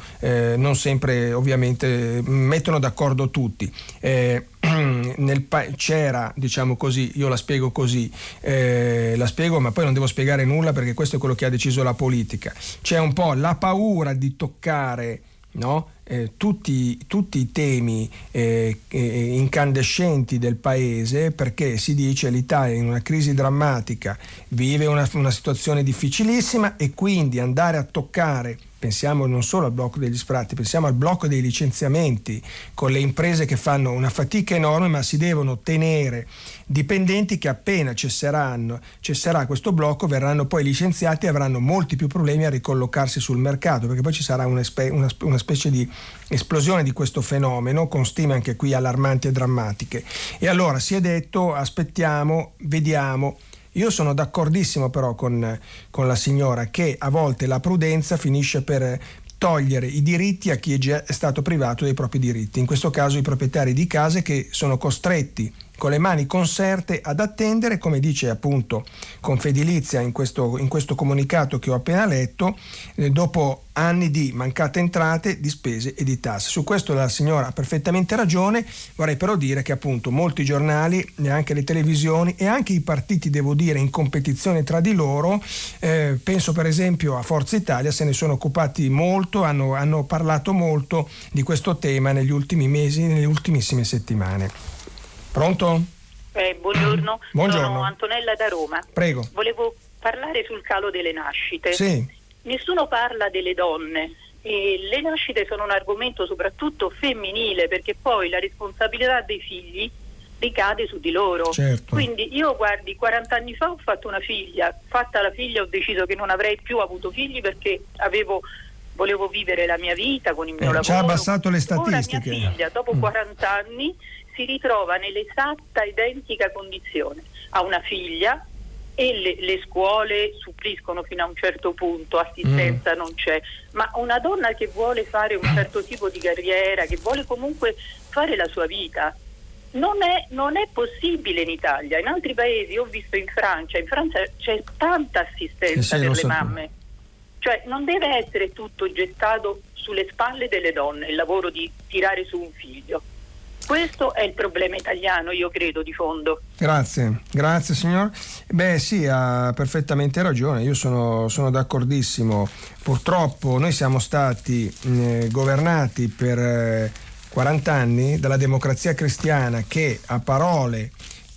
ovviamente mettono d'accordo tutti. C'era, diciamo così, io la spiego così, ma poi non devo spiegare nulla perché questo è quello che ha deciso la politica. C'è un po' la paura di toccare, no? Tutti i temi incandescenti del paese, perché si dice l'Italia in una crisi drammatica vive una situazione difficilissima, e quindi andare a toccare, pensiamo non solo al blocco degli sfratti, pensiamo al blocco dei licenziamenti, con le imprese che fanno una fatica enorme, ma si devono tenere dipendenti che appena cesserà questo blocco verranno poi licenziati e avranno molti più problemi a ricollocarsi sul mercato, perché poi ci sarà una specie di esplosione di questo fenomeno, con stime anche qui allarmanti e drammatiche. E allora si è detto: aspettiamo, vediamo. Io sono d'accordissimo però con la signora che a volte la prudenza finisce per togliere i diritti a chi è stato privato dei propri diritti, in questo caso i proprietari di case, che sono costretti con le mani conserte ad attendere, come dice appunto Confedilizia in questo comunicato che ho appena letto, dopo anni di mancate entrate, di spese e di tasse. Su questo la signora ha perfettamente ragione. Vorrei però dire che appunto molti giornali e anche le televisioni e anche i partiti, devo dire, in competizione tra di loro, penso per esempio a Forza Italia, se ne sono occupati molto, hanno parlato molto di questo tema negli ultimi mesi, nelle ultimissime settimane. Pronto? Buongiorno. Buongiorno. Sono Antonella da Roma. Prego. Volevo parlare sul calo delle nascite. Sì. Nessuno parla delle donne, e le nascite sono un argomento soprattutto femminile, perché poi la responsabilità dei figli ricade su di loro. Certo. Quindi io, 40 anni fa ho fatto una figlia, fatta la figlia ho deciso che non avrei più avuto figli perché volevo vivere la mia vita con il mio lavoro. Ci ha abbassato le statistiche. Ora mia figlia, dopo 40 anni, si ritrova nell'esatta identica condizione. Ha una figlia e le scuole suppliscono fino a un certo punto, assistenza non c'è, ma una donna che vuole fare un certo tipo di carriera, che vuole comunque fare la sua vita, non è possibile in Italia. In altri paesi, ho visto in Francia c'è tanta assistenza per le mamme. Cioè non deve essere tutto gettato sulle spalle delle donne il lavoro di tirare su un figlio. Questo è il problema italiano, io credo, di fondo. Grazie signor. Beh sì, ha perfettamente ragione, io sono d'accordissimo. Purtroppo noi siamo stati governati per 40 anni dalla Democrazia Cristiana, che a parole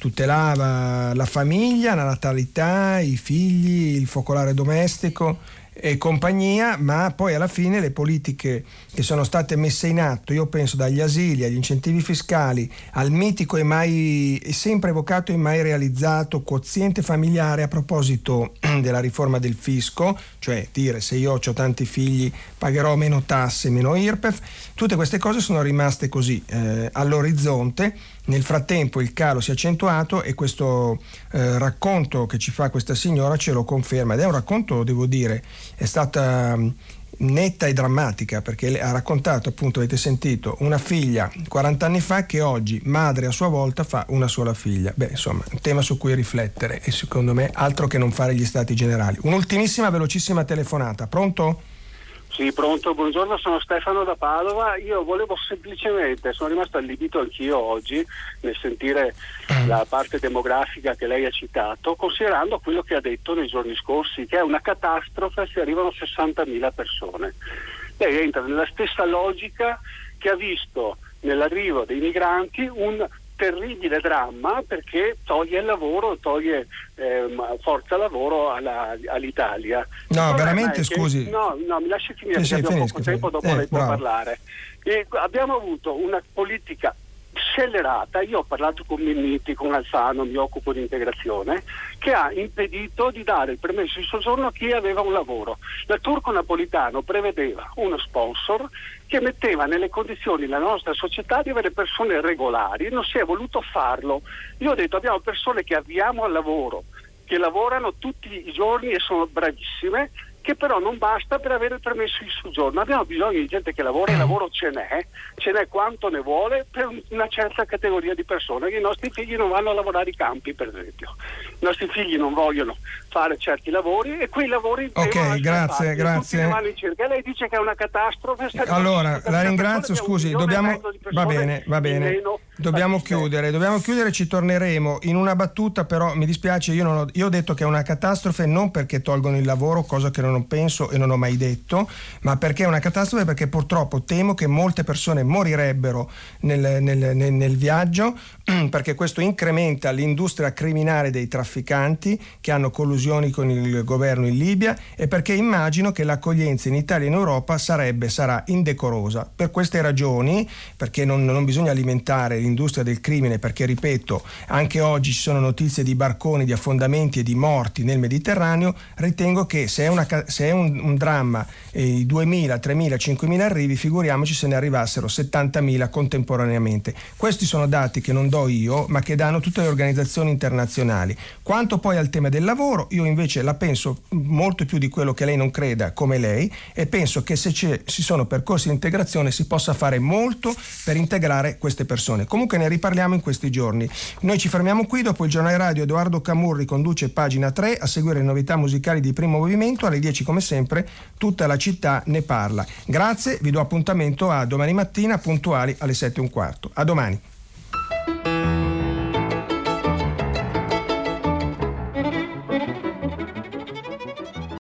tutelava la famiglia, la natalità, i figli, il focolare domestico e compagnia, ma poi alla fine le politiche che sono state messe in atto, io penso dagli asili agli incentivi fiscali al mitico e sempre evocato e mai realizzato quoziente familiare a proposito della riforma del fisco, cioè dire se io ho tanti figli pagherò meno tasse, meno IRPEF, tutte queste cose sono rimaste così all'orizzonte. Nel frattempo il calo si è accentuato e questo racconto che ci fa questa signora ce lo conferma, ed è un racconto, devo dire, è stata netta e drammatica, perché ha raccontato, appunto avete sentito, una figlia 40 anni fa che oggi madre a sua volta fa una sola figlia. Beh, insomma, un tema su cui riflettere, e secondo me altro che non fare gli stati generali. Un'ultimissima velocissima telefonata. Pronto? Sì, pronto, buongiorno, sono Stefano da Padova. Io volevo semplicemente, sono rimasto allibito anch'io oggi nel sentire la parte demografica che lei ha citato, considerando quello che ha detto nei giorni scorsi, che è una catastrofe se arrivano 60.000 persone. Lei entra nella stessa logica che ha visto nell'arrivo dei migranti un terribile dramma, perché toglie il lavoro, toglie forza lavoro all'Italia. No, veramente, scusi. No, mi lasci finire, perché abbiamo poco tempo, dopo lei può parlare. E abbiamo avuto una politica scellerata. Io ho parlato con Minniti, con Alfano, mi occupo di integrazione, che ha impedito di dare il permesso di soggiorno a chi aveva un lavoro. La Turco Napolitano prevedeva uno sponsor che metteva nelle condizioni la nostra società di avere persone regolari, non si è voluto farlo. Io ho detto: abbiamo persone che avviamo al lavoro, che lavorano tutti i giorni e sono bravissime, che però non basta per avere il permesso di soggiorno. Abbiamo bisogno di gente che lavora, il lavoro ce n'è quanto ne vuole per una certa categoria di persone. I nostri figli non vanno a lavorare i campi, per esempio. I nostri figli non vogliono fare certi lavori e quei lavori ok, grazie. Tutti ne vanno in cerca. Lei dice che è una catastrofe. Allora, la ringrazio, scusi, dobbiamo va bene. Dobbiamo chiudere, ci torneremo in una battuta, però mi dispiace, io ho detto che è una catastrofe non perché tolgono il lavoro, cosa che non penso e non ho mai detto, ma perché è una catastrofe perché purtroppo temo che molte persone morirebbero nel viaggio, perché questo incrementa l'industria criminale dei trafficanti che hanno collusioni con il governo in Libia, e perché immagino che l'accoglienza in Italia e in Europa sarà indecorosa. Per queste ragioni, perché non bisogna alimentare l'industria del crimine, perché ripeto, anche oggi ci sono notizie di barconi, di affondamenti e di morti nel Mediterraneo, ritengo che se è un dramma i 2.000, 3.000, 5.000 arrivi, figuriamoci se ne arrivassero 70.000 contemporaneamente. Questi sono dati che non do io, ma che danno tutte le organizzazioni internazionali. Quanto poi al tema del lavoro, io invece la penso molto più di quello che lei non creda, come lei, e penso che se ci sono percorsi di integrazione si possa fare molto per integrare queste persone. Comunque ne riparliamo in questi giorni. Noi ci fermiamo qui, dopo il giornale radio Edoardo Camurri conduce Pagina 3, a seguire le novità musicali di Primo Movimento, alle 10 come sempre tutta la città ne parla. Grazie, vi do appuntamento a domani mattina puntuali alle 7:15. A domani.